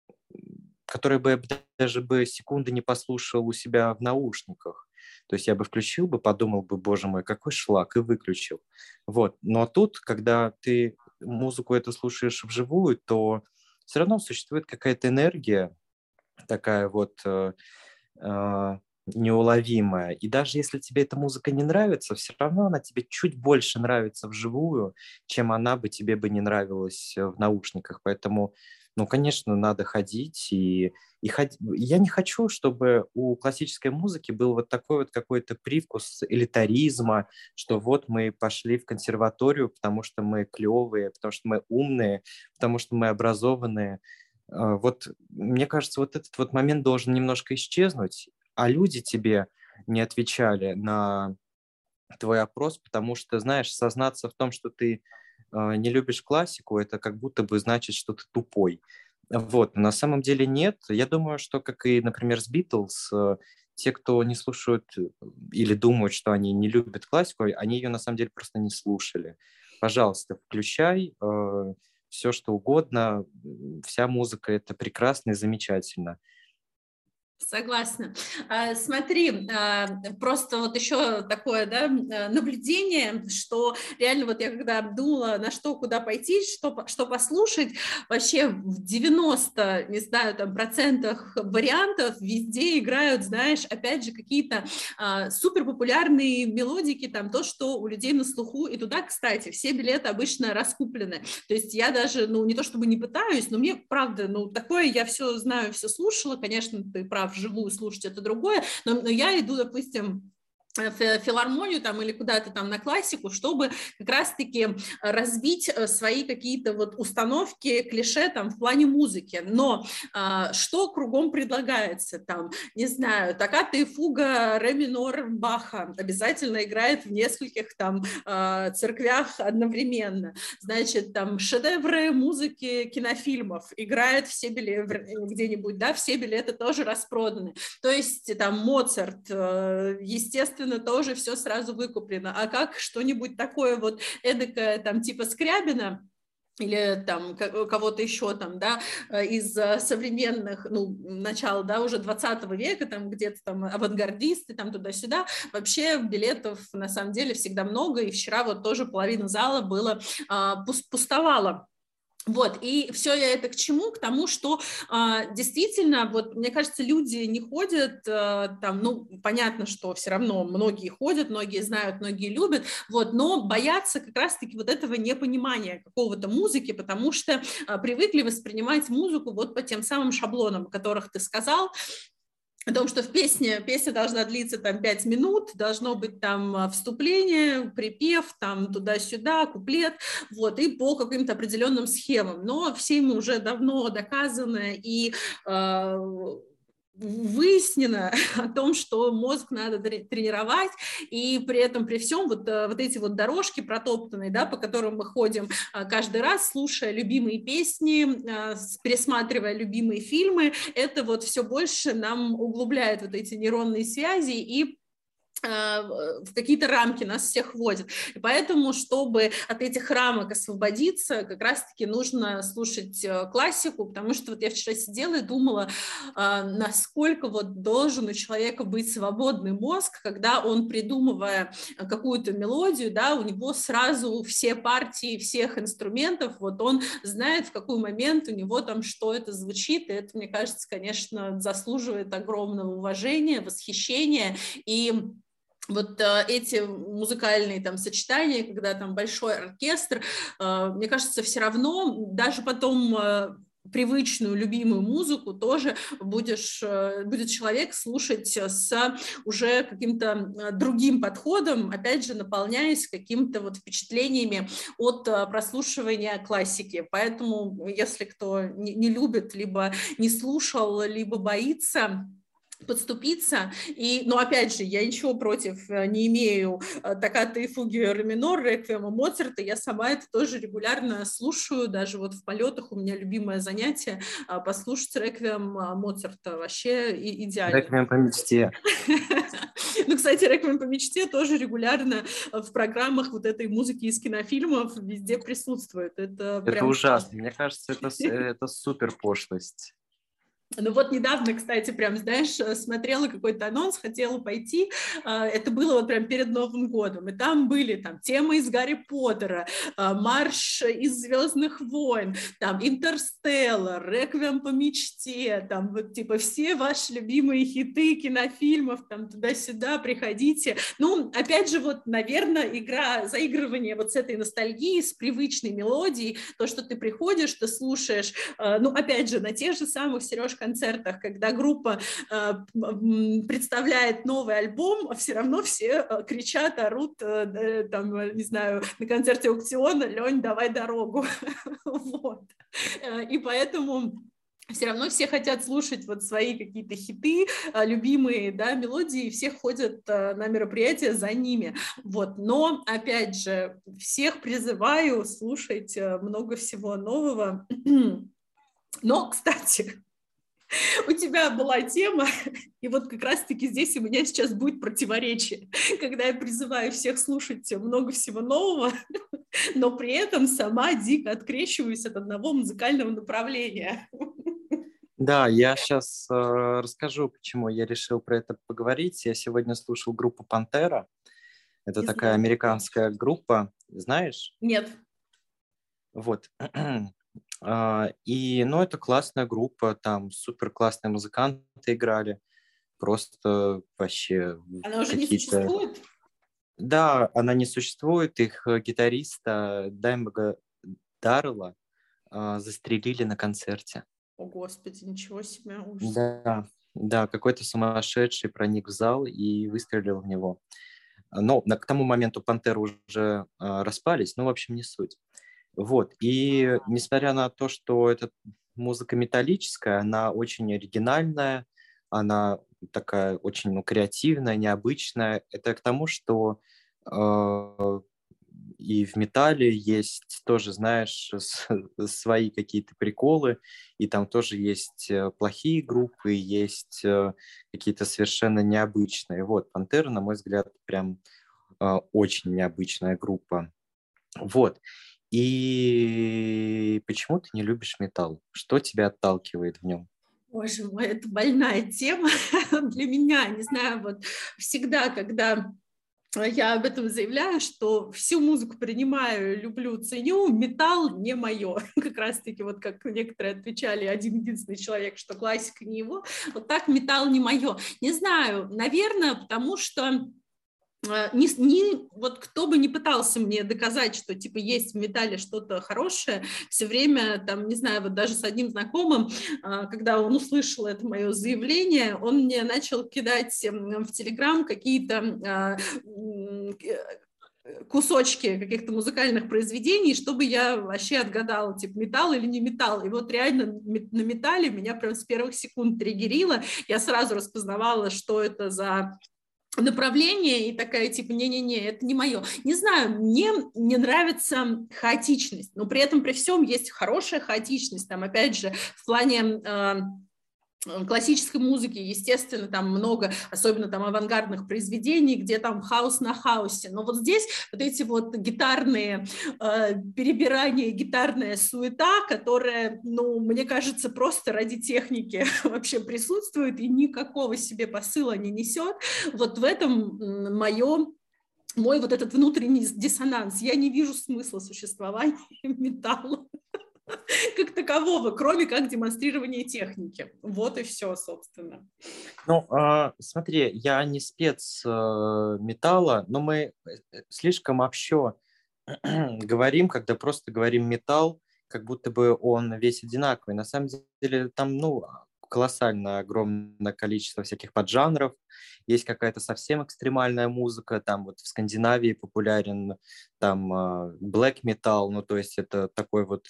которое бы я б даже бы секунды не послушал у себя в наушниках. То есть я бы включил бы, подумал бы, боже мой, какой шлак, и выключил. Вот. Но тут, когда ты музыку эту слушаешь вживую, то все равно существует какая-то энергия такая вот э, э, неуловимая. И даже если тебе эта музыка не нравится, все равно она тебе чуть больше нравится вживую, чем она бы тебе бы не нравилась э, в наушниках. Поэтому, ну, конечно, надо ходить. И, и ход... Я не хочу, чтобы у классической музыки был вот такой вот какой-то привкус элитаризма, что вот мы пошли в консерваторию, потому что мы клевые, потому что мы умные, потому что мы образованные. А, Вот мне кажется, вот этот вот момент должен немножко исчезнуть, а люди тебе не отвечали на твой опрос, потому что, знаешь, сознаться в том, что ты э, не любишь классику, это как будто бы значит, что ты тупой. Вот, но на самом деле нет. Я думаю, что, как и, например, с Битлз, э, те, кто не слушают э, или думают, что они не любят классику, они ее на самом деле просто не слушали. Пожалуйста, включай э, все, что угодно. М, Вся музыка — это прекрасно и замечательно. Согласна. А, Смотри, а, просто вот еще такое, да, а, наблюдение, что реально вот я когда думала, на что, куда пойти, что, по- что послушать, вообще в девяноста, не знаю, там, процентах вариантов везде играют, знаешь, опять же, какие-то а, суперпопулярные мелодики, там, то, что у людей на слуху, и туда, кстати, все билеты обычно раскуплены. То есть я даже, ну, не то чтобы не пытаюсь, но мне, правда, ну, такое я все знаю, все слушала, конечно, ты прав, вживую слушать это другое, но, но я иду, допустим, в филармонию там или куда-то там на классику, чтобы как раз-таки развить свои какие-то вот установки, клише там в плане музыки. Но а, что кругом предлагается там, не знаю, токката и фуга ре минор Баха обязательно играет в нескольких там а, церквях одновременно. Значит, там шедевры музыки кинофильмов играют все билеты где-нибудь, да, все билеты тоже распроданы. То есть там Моцарт, естественно, тоже все сразу выкуплено. А как что-нибудь такое вот эдакое, там, типа Скрябина, или там кого-то еще там, да, из современных, ну, начала, да, уже двадцатого века, там где-то там авангардисты, там туда-сюда, вообще билетов на самом деле всегда много, и вчера вот тоже половина зала было, а, пустовала. Вот, и все я это к чему? К тому, что а, действительно, вот, мне кажется, люди не ходят, а, там, ну, понятно, что все равно многие ходят, многие знают, многие любят, вот, но боятся как раз-таки вот этого непонимания какого-то музыки, потому что а, привыкли воспринимать музыку вот по тем самым шаблонам, о которых ты сказал, о том, что в песне, песня должна длиться там пять минут, должно быть там вступление, припев, там туда-сюда, куплет, вот, и по каким-то определенным схемам. Но всем уже давно доказано, и э, выяснено о том, что мозг надо тренировать, и при этом, при всем, вот, вот эти вот дорожки протоптанные, да, по которым мы ходим каждый раз, слушая любимые песни, пересматривая любимые фильмы, это вот все больше нам углубляет вот эти нейронные связи и в какие-то рамки нас всех вводят. И поэтому, чтобы от этих рамок освободиться, как раз-таки нужно слушать классику, потому что вот я вчера сидела и думала, насколько вот должен у человека быть свободный мозг, когда он, придумывая какую-то мелодию, да, у него сразу все партии всех инструментов, вот он знает, в какой момент у него там что это звучит, и это, мне кажется, конечно, заслуживает огромного уважения, восхищения, и вот э, эти музыкальные там сочетания, когда там большой оркестр, э, мне кажется, все равно даже потом э, привычную, любимую музыку тоже будешь, э, будет человек слушать с уже каким-то другим подходом, опять же, наполняясь какими-то вот впечатлениями от э, прослушивания классики. Поэтому, если кто не, не любит, либо не слушал, либо боится подступиться, и, но опять же, я ничего против не имею токкато и фуги ре минор, реквиема Моцарта, я сама это тоже регулярно слушаю, даже вот в полетах у меня любимое занятие послушать реквием Моцарта, вообще идеально. Реквием по мечте. Ну, кстати, реквием по мечте тоже регулярно в программах вот этой музыки из кинофильмов везде присутствует. Это, это прям ужасно, мне кажется, это, это супер пошлость. Ну вот недавно, кстати, прям, знаешь, смотрела какой-то анонс, хотела пойти, это было вот прям перед Новым годом, и там были там темы из Гарри Поттера, марш из Звездных войн, там Интерстеллар, Реквием по мечте, там вот типа все ваши любимые хиты кинофильмов, там туда-сюда, приходите. Ну, опять же, вот, наверное, игра, заигрывание вот с этой ностальгией, с привычной мелодией, то, что ты приходишь, ты слушаешь, ну, опять же, на тех же самых Сереж концертах, когда группа э, представляет новый альбом, все равно все э, кричат, орут, э, там, не знаю, на концерте аукциона: «Лень, давай дорогу». Вот. И поэтому все равно все хотят слушать вот свои какие-то хиты, любимые, да, мелодии, все ходят на мероприятия за ними. Вот. Но, опять же, всех призываю слушать много всего нового. Но, кстати, у тебя была тема, и вот как раз-таки здесь у меня сейчас будет противоречие, когда я призываю всех слушать много всего нового, но при этом сама дико открещиваюсь от одного музыкального направления. Да, я сейчас э, расскажу, почему я решил про это поговорить. Я сегодня слушал группу «Пантера». Это Не такая знаю. американская группа, знаешь? Нет. Вот. И, ну, это классная группа, там супер классные музыканты играли, просто вообще Она уже какие-то... не существует? Да, она не существует, их гитариста Даймога Даррелла застрелили на концерте. О, Господи, ничего себе, ужас. Да, да, какой-то сумасшедший проник в зал и выстрелил в него. Но к тому моменту «Пантеры» уже распались, ну, в общем, не суть. Вот, и несмотря на то, что эта музыка металлическая, она очень оригинальная, она такая очень, ну, креативная, необычная. Это к тому, что э, и в металле есть тоже, знаешь, с, свои какие-то приколы, и там тоже есть плохие группы, есть э, какие-то совершенно необычные. Вот, «Пантера», на мой взгляд, прям э, очень необычная группа. Вот. И почему ты не любишь металл? Что тебя отталкивает в нем? Боже мой, это больная тема для меня. Не знаю, вот всегда, когда я об этом заявляю, что всю музыку принимаю, люблю, ценю, металл не мое. Как раз-таки, вот как некоторые отвечали, один-единственный человек, что классика не его. Вот так металл не мое. Не знаю, наверное, потому что Не, не, вот кто бы ни пытался мне доказать, что типа есть в металле что-то хорошее, все время, там, не знаю, вот даже с одним знакомым, когда он услышал это мое заявление, он мне начал кидать в Телеграм какие-то кусочки каких-то музыкальных произведений, чтобы я вообще отгадала, типа, металл или не металл. И вот реально на металле меня прям с первых секунд триггерило. Я сразу распознавала, что это за направление, и такая, типа, не-не-не, это не мое. Не знаю, мне не нравится хаотичность, но при этом при всем есть хорошая хаотичность. Там, опять же, в плане... Э, классической музыки, естественно, там много, особенно там авангардных произведений, где там хаос на хаосе. Но вот здесь вот эти вот гитарные э, перебирания, гитарная суета, которая, ну, мне кажется, просто ради техники вообще присутствует и никакого себе посыла не несет. Вот в этом мое мой вот этот внутренний диссонанс. Я не вижу смысла существования металла как такового, кроме как демонстрирования техники. Вот и все, собственно. Ну, э, смотри, я не спец э, металла, но мы слишком общо говорим, когда просто говорим металл, как будто бы он весь одинаковый. На самом деле там, ну, колоссально огромное количество всяких поджанров. Есть какая-то совсем экстремальная музыка, там вот в Скандинавии популярен там black metal, ну, то есть это такой вот,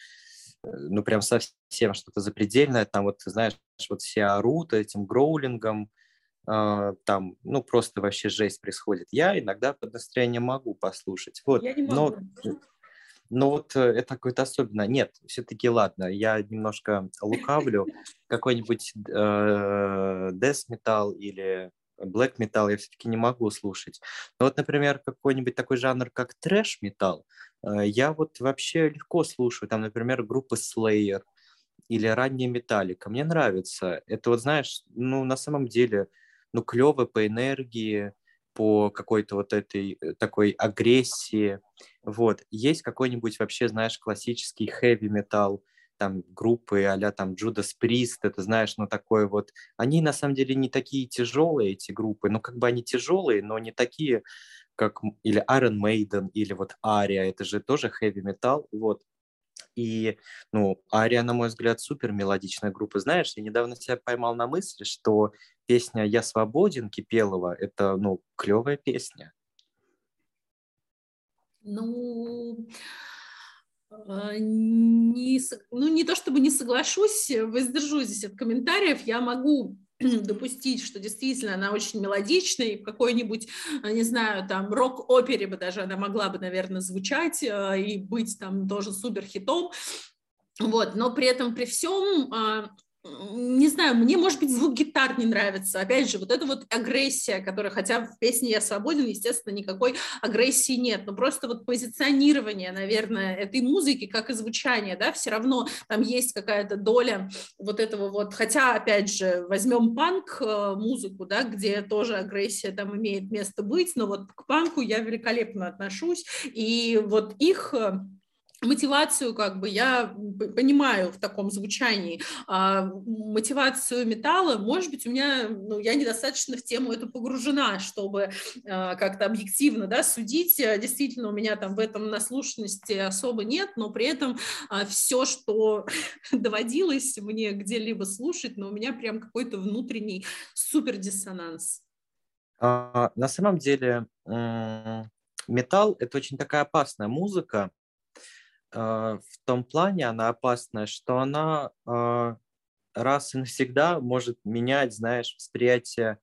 ну, прям совсем что-то запредельное, там вот, знаешь, вот все орут этим гроулингом, там, ну, просто вообще жесть происходит. Я иногда под настроение могу послушать, вот, Я не но... могу. Ну вот это какое-то особенное. Нет, все-таки ладно, я немножко лукавлю. Какой-нибудь э, death metal или black metal я все-таки не могу слушать. Но вот, например, какой-нибудь такой жанр, как трэш метал, э, я вот вообще легко слушаю. Там, например, группы Slayer или ранняя Металлика. Мне нравится. Это вот, знаешь, ну на самом деле, ну клево по энергии, по какой-то вот этой такой агрессии. Вот. Есть какой-нибудь вообще, знаешь, классический хэви-метал, там группы а-ля там Judas Priest, это знаешь, ну такой вот... Они на самом деле не такие тяжелые, эти группы, ну как бы они тяжелые, но не такие, как или Iron Maiden, или вот Aria, это же тоже хэви-метал, вот. И, ну, Ария, на мой взгляд, супер мелодичная группа. Знаешь, я недавно себя поймал на мысли, что песня «Я свободен» Кипелова — это, ну, клевая песня. Ну, не, ну, не то чтобы не соглашусь, воздержусь здесь от комментариев. Я могу допустить, что действительно она очень мелодичная, и в какой-нибудь, не знаю, там, рок-опере бы даже она могла бы, наверное, звучать и быть там тоже супер хитом. Вот, но при этом, при всем, не знаю, мне, может быть, звук гитар не нравится. Опять же, вот эта вот агрессия, которая, хотя в песне «Я свободен», естественно, никакой агрессии нет, но просто вот позиционирование, наверное, этой музыки, как и звучание, да, все равно там есть какая-то доля вот этого вот, хотя, опять же, возьмем панк-музыку, да, где тоже агрессия там имеет место быть, но вот к панку я великолепно отношусь, и вот их... мотивацию как бы я понимаю в таком звучании, а мотивацию металла, может быть, у меня, ну, я недостаточно в тему эту погружена, чтобы а, как-то объективно, да, судить. Действительно, у меня там в этом наслушанности особо нет, но при этом а, все, что доводилось мне где-либо слушать, но у меня прям какой-то внутренний супердиссонанс. А, на самом деле металл — это очень такая опасная музыка. В том плане она опасная, что она раз и навсегда может менять, знаешь, восприятие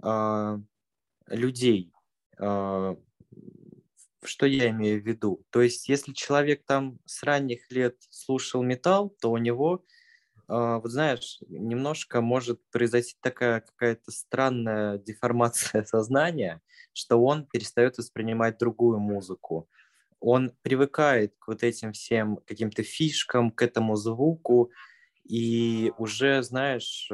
людей. Что я имею в виду? То есть, если человек там с ранних лет слушал металл, то у него, вот знаешь, немножко может произойти такая какая-то странная деформация сознания, что он перестает воспринимать другую музыку. Он привыкает к вот этим всем каким-то фишкам, к этому звуку, и уже, знаешь,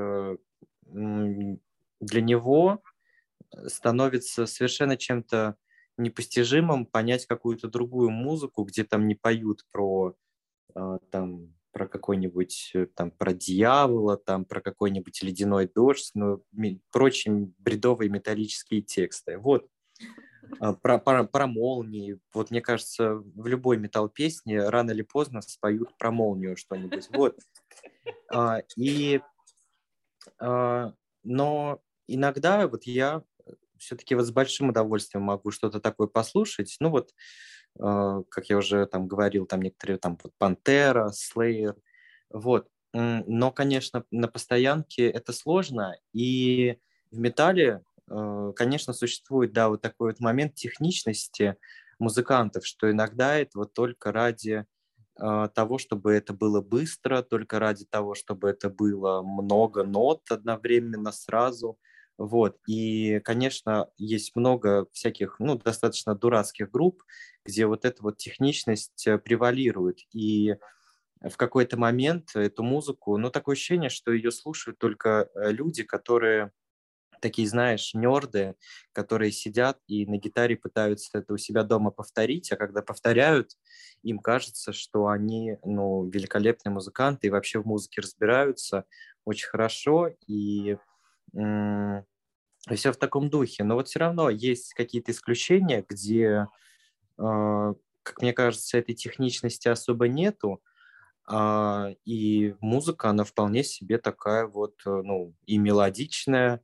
для него становится совершенно чем-то непостижимым понять какую-то другую музыку, где там не поют про, там, про какой-нибудь, там, про дьявола, там, про какой-нибудь ледяной дождь, ну, прочие бредовые металлические тексты. Вот. Про, про, про молнии. Вот мне кажется, в любой метал-песне рано или поздно споют про молнию что-нибудь. Вот. А, и, а, но иногда вот я все-таки вот с большим удовольствием могу что-то такое послушать. Ну вот, э, как я уже там говорил, там некоторые там вот Пантера, Slayer, вот. М, Но, конечно, на постоянке это сложно, и в металле, э, конечно, существует, да, вот такой вот момент техничности музыкантов, что иногда это вот только ради э, того, чтобы это было быстро, только ради того, чтобы это было много нот одновременно сразу. Вот. И, конечно, есть много всяких, ну, достаточно дурацких групп, где вот эта вот техничность э, превалирует. И в какой-то момент эту музыку, ну, такое ощущение, что ее слушают только э, люди, которые такие, знаешь, нерды, которые сидят и на гитаре пытаются это у себя дома повторить, а когда повторяют, им кажется, что они, ну, великолепные музыканты и вообще в музыке разбираются очень хорошо, и, м, и все в таком духе. Но вот все равно есть какие-то исключения, где, э, как мне кажется, этой техничности особо нету, а, и музыка, она вполне себе такая вот, э, ну, и мелодичная,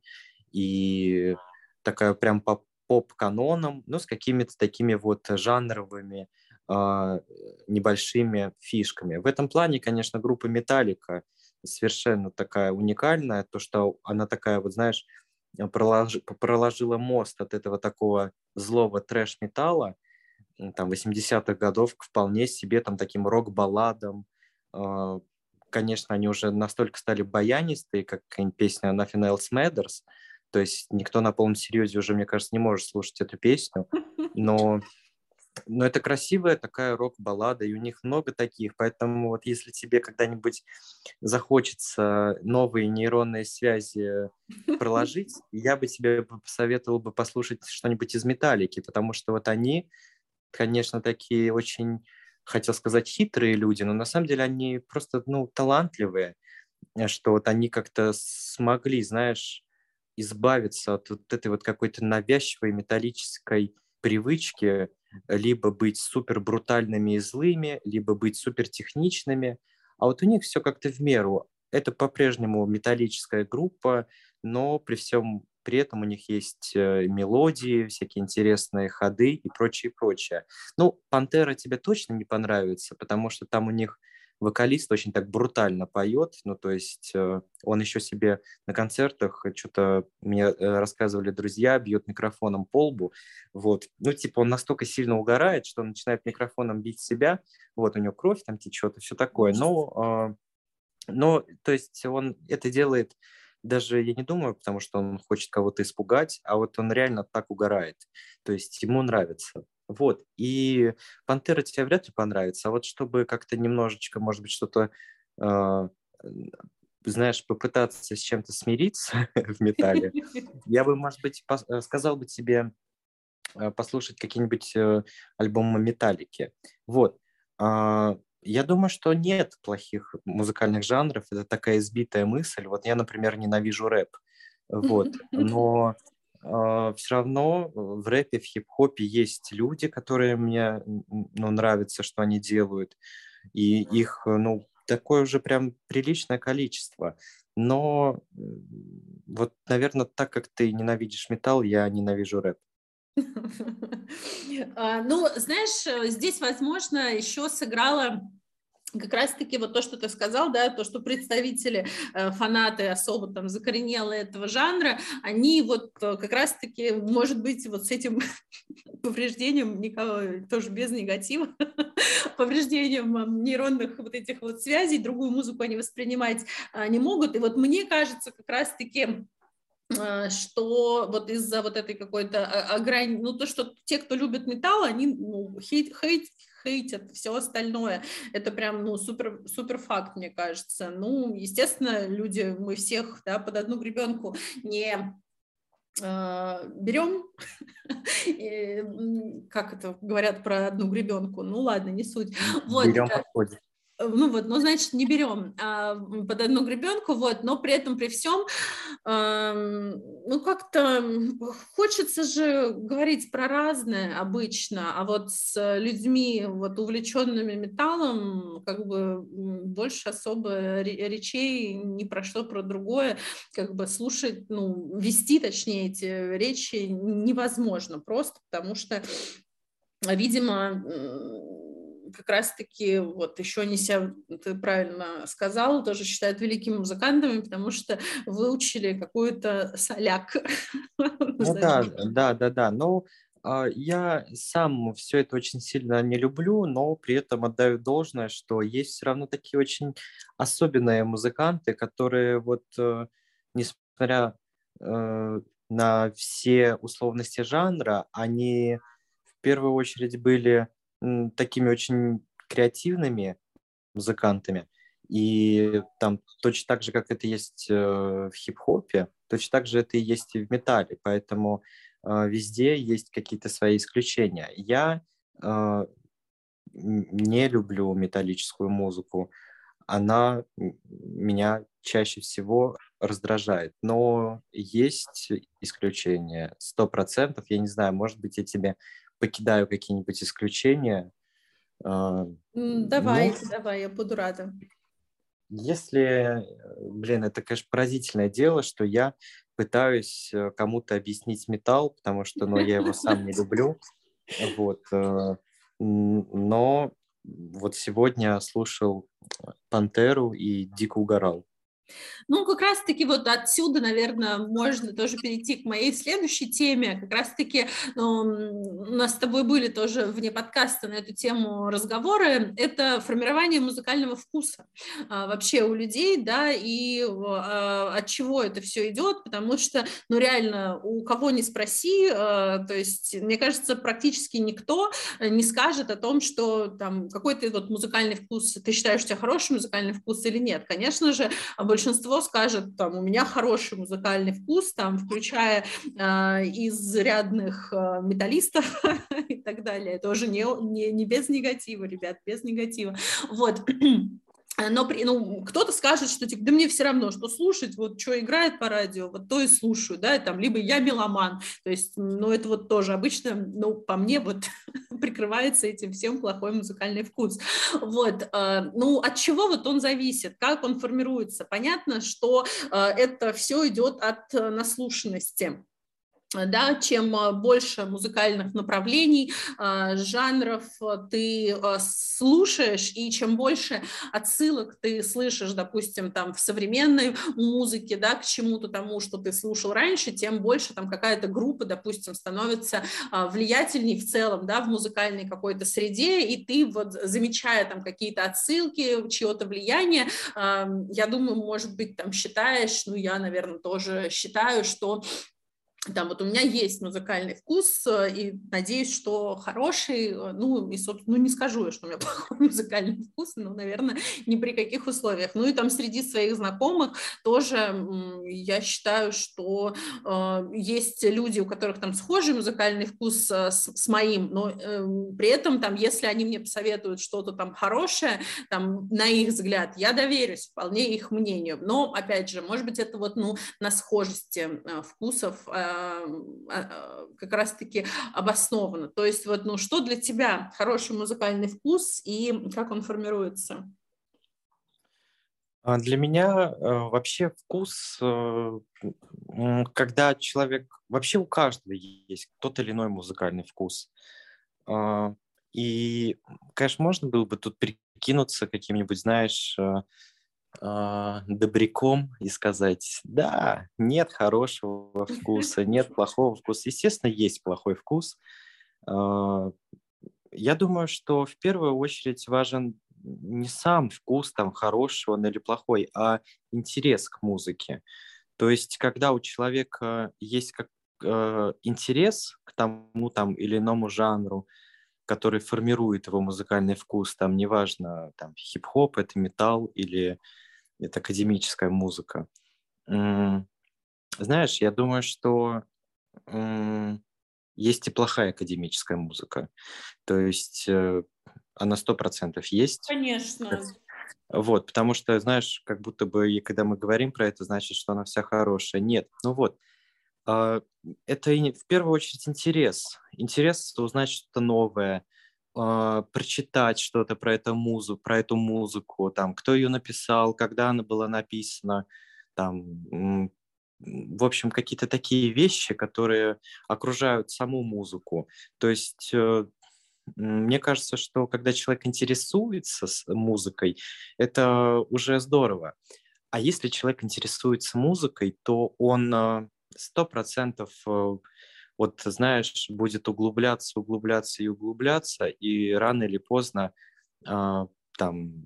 и такая прям по поп-канонам, ну, с какими-то такими вот жанровыми а, небольшими фишками. В этом плане, конечно, группа Металлика совершенно такая уникальная, то, что она такая, вот знаешь, проложи- проложила мост от этого такого злого трэш-металла, м, там, восьмидесятых годов к вполне себе там таким рок-балладам. А, Конечно, они уже настолько стали баянистые, как какая-нибудь песня «Nothing Else Matters», то есть никто на полном серьезе уже, мне кажется, не может слушать эту песню, но, но это красивая такая рок-баллада, и у них много таких, поэтому вот если тебе когда-нибудь захочется новые нейронные связи проложить, я бы тебе посоветовал бы послушать что-нибудь из «Металлики», потому что вот они, конечно, такие очень, хотел сказать, хитрые люди, но на самом деле они просто, ну, талантливые, э, что вот они как-то смогли, знаешь, избавиться от вот этой вот какой-то навязчивой металлической привычки либо быть супер брутальными и злыми, либо быть супер техничными. А вот у них все как-то в меру. Это по-прежнему металлическая группа, но при всем при этом у них есть э, мелодии, всякие интересные ходы и прочее, прочее. Ну, «Пантера» тебе точно не понравится, потому что там у них вокалист очень так брутально поет, ну, то есть э, он еще себе на концертах, что-то мне э, рассказывали друзья, бьет микрофоном по лбу, вот, ну, типа он настолько сильно угорает, что он начинает микрофоном бить себя, вот, у него кровь там течет и все такое, но, э, но, то есть он это делает даже, я не думаю, потому что он хочет кого-то испугать, а вот он реально так угорает, то есть ему нравится. Вот, и «Пантера» тебе вряд ли понравится, а вот чтобы как-то немножечко, может быть, что-то, э, знаешь, попытаться с чем-то смириться в металле, я бы, может быть, пос- э, сказал бы тебе э, послушать какие-нибудь э, альбомы «Металлики». Вот. А, Я думаю, что нет плохих музыкальных жанров, это такая избитая мысль. Вот я, например, ненавижу рэп, вот, но все равно в рэпе, в хип-хопе есть люди, которые мне м, ну, нравится, что они делают, и их, э, ну, такое уже прям приличное количество. Но м, вот, наверное, так как ты ненавидишь металл, я ненавижу рэп. А, Ну, знаешь, э, здесь, возможно, еще сыграла как раз-таки вот то, что ты сказал, да, то, что представители, э, фанаты особо там закоренелые этого жанра, они вот э, как раз-таки, может быть, вот с этим повреждением, никого, тоже без негатива, повреждением м, нейронных вот этих вот связей, другую музыку они воспринимать а, не могут. И вот мне кажется, как раз-таки э, что вот из-за вот этой какой-то а- ограни... ну, то, что те, кто любит металл, они ну, хейт, хейт, хейтят все остальное. Это прям, ну, супер, супер факт, мне кажется. Ну, естественно, люди, мы всех, да, под одну гребенку не э, берем, И, м, как это говорят про одну гребенку, ну ладно, не суть. Вот, Берем, э, подходит. ну вот, ну, значит, не берем а, под одну гребенку, вот, но при этом, при всем, а, ну, как-то хочется же говорить про разное обычно, а вот с людьми, вот, увлеченными металлом, как бы больше особо речей ни про что, про другое, как бы слушать, ну, вести, точнее, эти речи невозможно просто, потому что, видимо, как раз-таки, вот еще они себя, ты правильно сказал, тоже считают великими музыкантами, потому что выучили какую-то соляк. Ну да, да, да, да. Ну, а, я сам все это очень сильно не люблю, но при этом отдаю должное, что есть все равно такие очень особенные музыканты, которые вот, э, несмотря э, на все условности жанра, они в первую очередь были м, такими очень креативными музыкантами. И там точно так же, как это есть э, в хип-хопе, точно так же это и есть и в металле. Поэтому э, везде есть какие-то свои исключения. Я э, м, не люблю металлическую музыку. Она м, меня чаще всего раздражает. Но есть исключения, сто процентов. Я не знаю, может быть, я тебе покидаю какие-нибудь исключения. Э, Давай, ну, давай, я буду рада. Если, э, блин, это, конечно, поразительное дело, что я пытаюсь э, кому-то объяснить металл, потому что, ну, я его сам не люблю, вот, э, н- но вот сегодня слушал Пантеру и дико угорал. Ну, как раз-таки вот отсюда, наверное, можно тоже перейти к моей следующей теме. Как раз-таки ну, у нас с тобой были тоже вне подкаста на эту тему разговоры. Это формирование музыкального вкуса а, вообще у людей, да, и а, от чего это все идет, потому что, ну, реально, у кого не спроси, а, то есть, мне кажется, практически никто не скажет о том, что там какой-то вот музыкальный вкус, ты считаешь, у тебя хороший музыкальный вкус или нет. Конечно же, большинство скажет, там, у меня хороший музыкальный вкус, там, включая э, изрядных э, металлистов и так далее. Тоже не, не, не без негатива, ребят, без негатива. Вот. Но при, ну, кто-то скажет, что типа, да мне все равно, что слушать, вот что играет по радио, вот то и слушаю, да, и, там, либо я меломан, то есть, ну, это вот тоже обычно, ну, по мне вот прикрывается этим всем плохой музыкальный вкус. Вот, э, ну, от чего вот он зависит, как он формируется? Понятно, что э, это все идет от э, наслушанности. Да, чем больше музыкальных направлений, жанров ты слушаешь, и чем больше отсылок ты слышишь, допустим, там в современной музыке, да, к чему-то тому, что ты слушал раньше, тем больше там какая-то группа, допустим, становится влиятельней в целом, да, в музыкальной какой-то среде, и ты вот, замечая там какие-то отсылки, чье-то влияние, я думаю, может быть, там считаешь, ну, я, наверное, тоже считаю, что там вот у меня есть музыкальный вкус, и надеюсь, что хороший, ну, и, собственно, ну, не скажу я, что у меня плохой музыкальный вкус, но, наверное, ни при каких условиях. Ну, и там среди своих знакомых тоже я считаю, что э, есть люди, у которых там схожий музыкальный вкус с, с моим, но э, при этом там, если они мне посоветуют что-то там хорошее, там, на их взгляд, я доверюсь вполне их мнению. Но, опять же, может быть, это вот, ну, на схожести э, вкусов э, как раз-таки обосновано. То есть вот, ну, что для тебя хороший музыкальный вкус и как он формируется? Для меня э, вообще вкус, э, когда человек... Вообще у каждого есть тот или иной музыкальный вкус. Э, и, конечно, можно было бы тут прикинуться каким-нибудь, знаешь, э, э, добряком и сказать, да, нет хорошего вкуса, нет плохого вкуса. Естественно, есть плохой вкус. Э, Я думаю, что в первую очередь важен не сам вкус, там, хороший он или плохой, а интерес к музыке. То есть, когда у человека есть как, э, интерес к тому там, или иному жанру, который формирует его музыкальный вкус, там, неважно, там, хип-хоп, это металл или это академическая музыка. М, Знаешь, я думаю, что м, есть и плохая академическая музыка. То есть э, она сто процентов есть. Конечно. Вот, потому что, знаешь, как будто бы, и когда мы говорим про это, значит, что она вся хорошая. Нет, ну вот, а, это и не- в первую очередь интерес. Интерес узнать что-то новое, а, прочитать что-то про эту музыку, про эту музыку, там, кто ее написал, когда она была написана, там, м, м, в общем, какие-то такие вещи, которые окружают саму музыку. То есть э, м, мне кажется, что когда человек интересуется с музыкой, это уже здорово. А если человек интересуется музыкой, то он э, сто процентов, э, вот знаешь, будет углубляться, углубляться и углубляться, и рано или поздно а, там,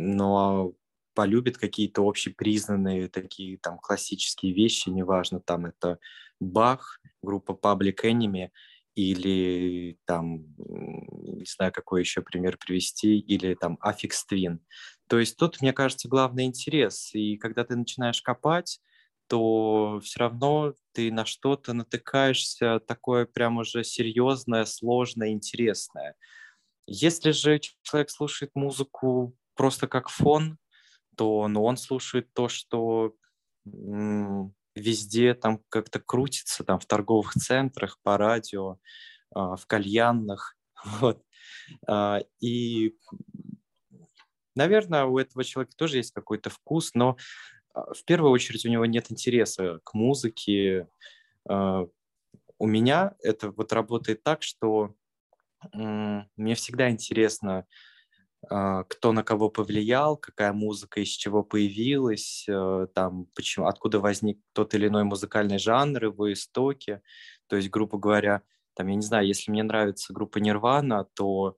но полюбит какие-то общепризнанные такие там классические вещи, неважно, там это Бах, группа Public Enemy, или там, м, не знаю, какой еще пример привести, или там Aphex Twin. То есть тут, мне кажется, главный интерес. И когда ты начинаешь копать, то все равно ты на что-то натыкаешься такое прям уже серьезное, сложное, интересное. Если же человек слушает музыку просто как фон, то ну, он слушает то, что м, везде там как-то крутится, там в торговых центрах, по радио, а, в кальянных. Вот. А, И, наверное, у этого человека тоже есть какой-то вкус, но а, в первую очередь у него нет интереса к музыке. А, У меня это вот работает так, что м, мне всегда интересно, а, кто на кого повлиял, какая музыка из чего появилась, э, там, почему, откуда возник тот или иной музыкальный жанр, его истоки. То есть, грубо говоря, там, я не знаю, если мне нравится группа Нирвана, то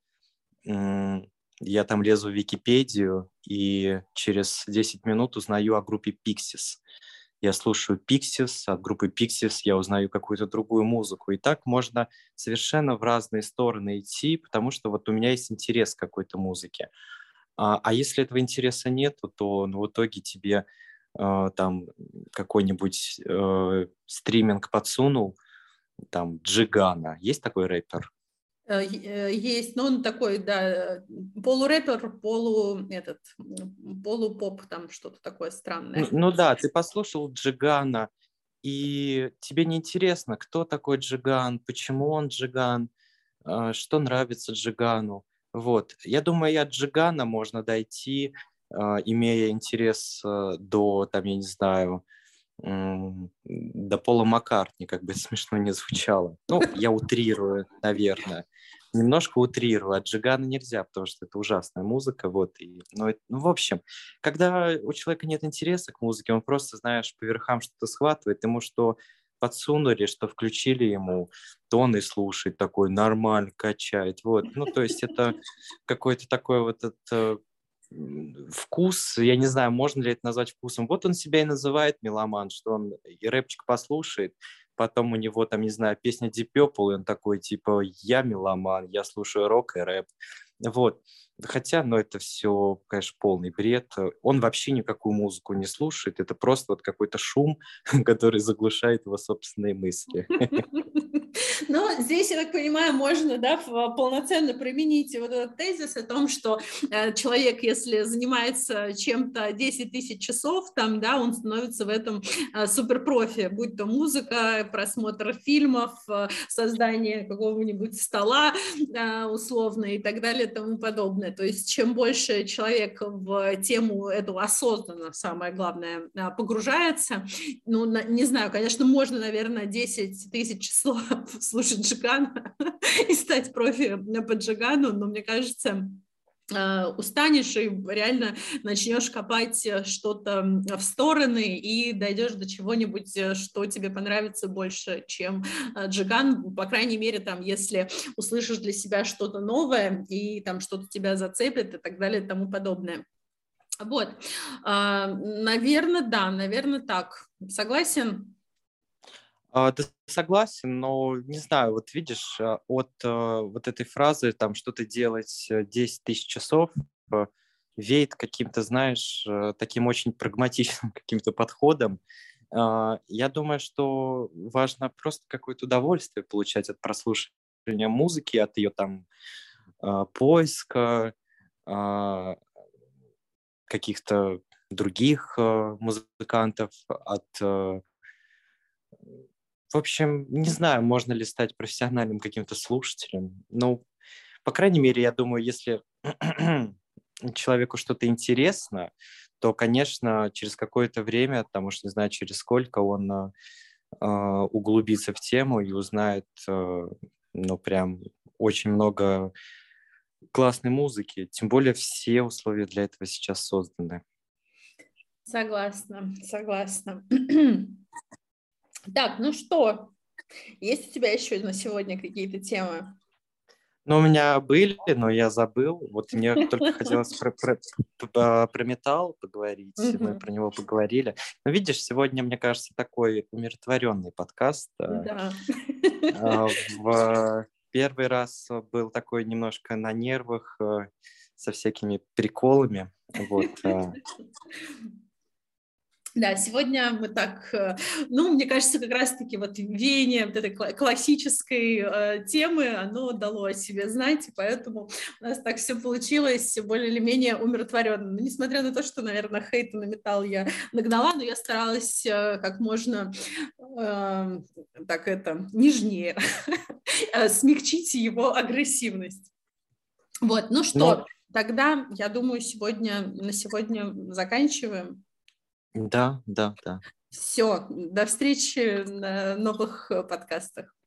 м, я там лезу в Википедию и через десять минут узнаю о группе Pixies. Я слушаю Pixies, от группы Pixies я узнаю какую-то другую музыку. И так можно совершенно в разные стороны идти, потому что вот у меня есть интерес к какой-то музыке. А, а если этого интереса нет, то ну, в итоге тебе э, там какой-нибудь э, стриминг подсунул, там Джигана. Есть такой рэпер? Э, е- э, Есть, но он такой, да, э, полурэпер, полу, этот, м, полупоп, там что-то такое странное. Н- Ну да, ты послушал Джигана, и тебе не интересно, кто такой Джиган, почему он Джиган, а, что нравится Джигану. Вот. Я думаю, и от Джигана можно дойти, а, имея интерес а, до, там, я не знаю, м, до Пола Маккартни, как бы это смешно не звучало. Ну, я утрирую, наверное. Немножко утрирую. От Джигана нельзя, потому что это ужасная музыка. Вот. И, ну, это- ну, в общем, когда у человека нет интереса к музыке, он просто, знаешь, по верхам что-то схватывает, ему что подсунули, что включили ему, то он и слушает такой, нормально качает. Вот. Ну, то есть это какой-то такой вот это м, вкус, я не знаю, можно ли это назвать вкусом. Вот он себя и называет меломан, что он и рэпчик послушает, потом у него там, не знаю, песня Deep Purple, и он такой, типа, я меломан, я слушаю рок и рэп. Вот. Хотя, ну, это все, конечно, полный бред. Он вообще никакую музыку не слушает, это просто вот какой-то шум, который заглушает его собственные мысли. Но здесь, я так понимаю, можно, да, в- полноценно применить вот этот тезис о том, что э, человек, если занимается чем-то десять тысяч часов, там, да, он становится в этом э, суперпрофи, будь то музыка, просмотр фильмов, э, создание какого-нибудь стола э, условно и так далее и тому подобное. То есть чем больше человек в тему эту осознанно, самое главное, э, погружается, ну, на- не знаю, конечно, можно, наверное, десять тысяч часов слушать Джигана и стать профи по Джигану, но мне кажется, э, устанешь и реально начнешь копать э, что-то в стороны и дойдешь до чего-нибудь, э, что тебе понравится больше, чем э, Джиган, по крайней мере, там, если услышишь для себя что-то новое и там что-то тебя зацепит и так далее и тому подобное. Вот, наверное, да, наверное, так. Согласен? А, да, согласен, но не знаю, вот видишь, а, от а, вот этой фразы там что-то делать э, десять тысяч часов э, веет каким-то, знаешь, э, таким очень прагматичным каким-то подходом. А, Я думаю, что важно просто какое-то удовольствие получать от прослушивания музыки, от ее там а, поиска, а, каких-то других э, музыкантов, от... э, в общем, не знаю, можно ли стать профессиональным каким-то слушателем. Ну, по крайней мере, я думаю, если человеку что-то интересно, то, конечно, через какое-то время, там уж не знаю, через сколько он э, э, углубится в тему и узнает, э, ну, прям очень много классной музыки. Тем более все условия для этого сейчас созданы. Согласна, согласна. Так, ну что, есть у тебя еще на сегодня какие-то темы? Ну, у меня были, но я забыл. Вот мне только хотелось про, про, про, про металл поговорить. Мы Мгм. про него поговорили. Но видишь, сегодня, мне кажется, такой умиротворенный подкаст. А, Да. а, В первый раз был такой немножко на нервах, а, со всякими приколами. Вот. а. Да, сегодня мы так, э, ну, мне кажется, как раз-таки вот веяние вот этой кла- классической э, темы, оно дало о себе знать, и поэтому у нас так все получилось более или менее умиротворенно. Но несмотря на то, что, наверное, хейта на металл я нагнала, но я старалась э, как можно э, так это, нежнее э, смягчить его агрессивность. Вот, ну Ну, что, тогда, я думаю, сегодня, на сегодня заканчиваем. да, да, да. Все, до встречи на новых э, подкастах.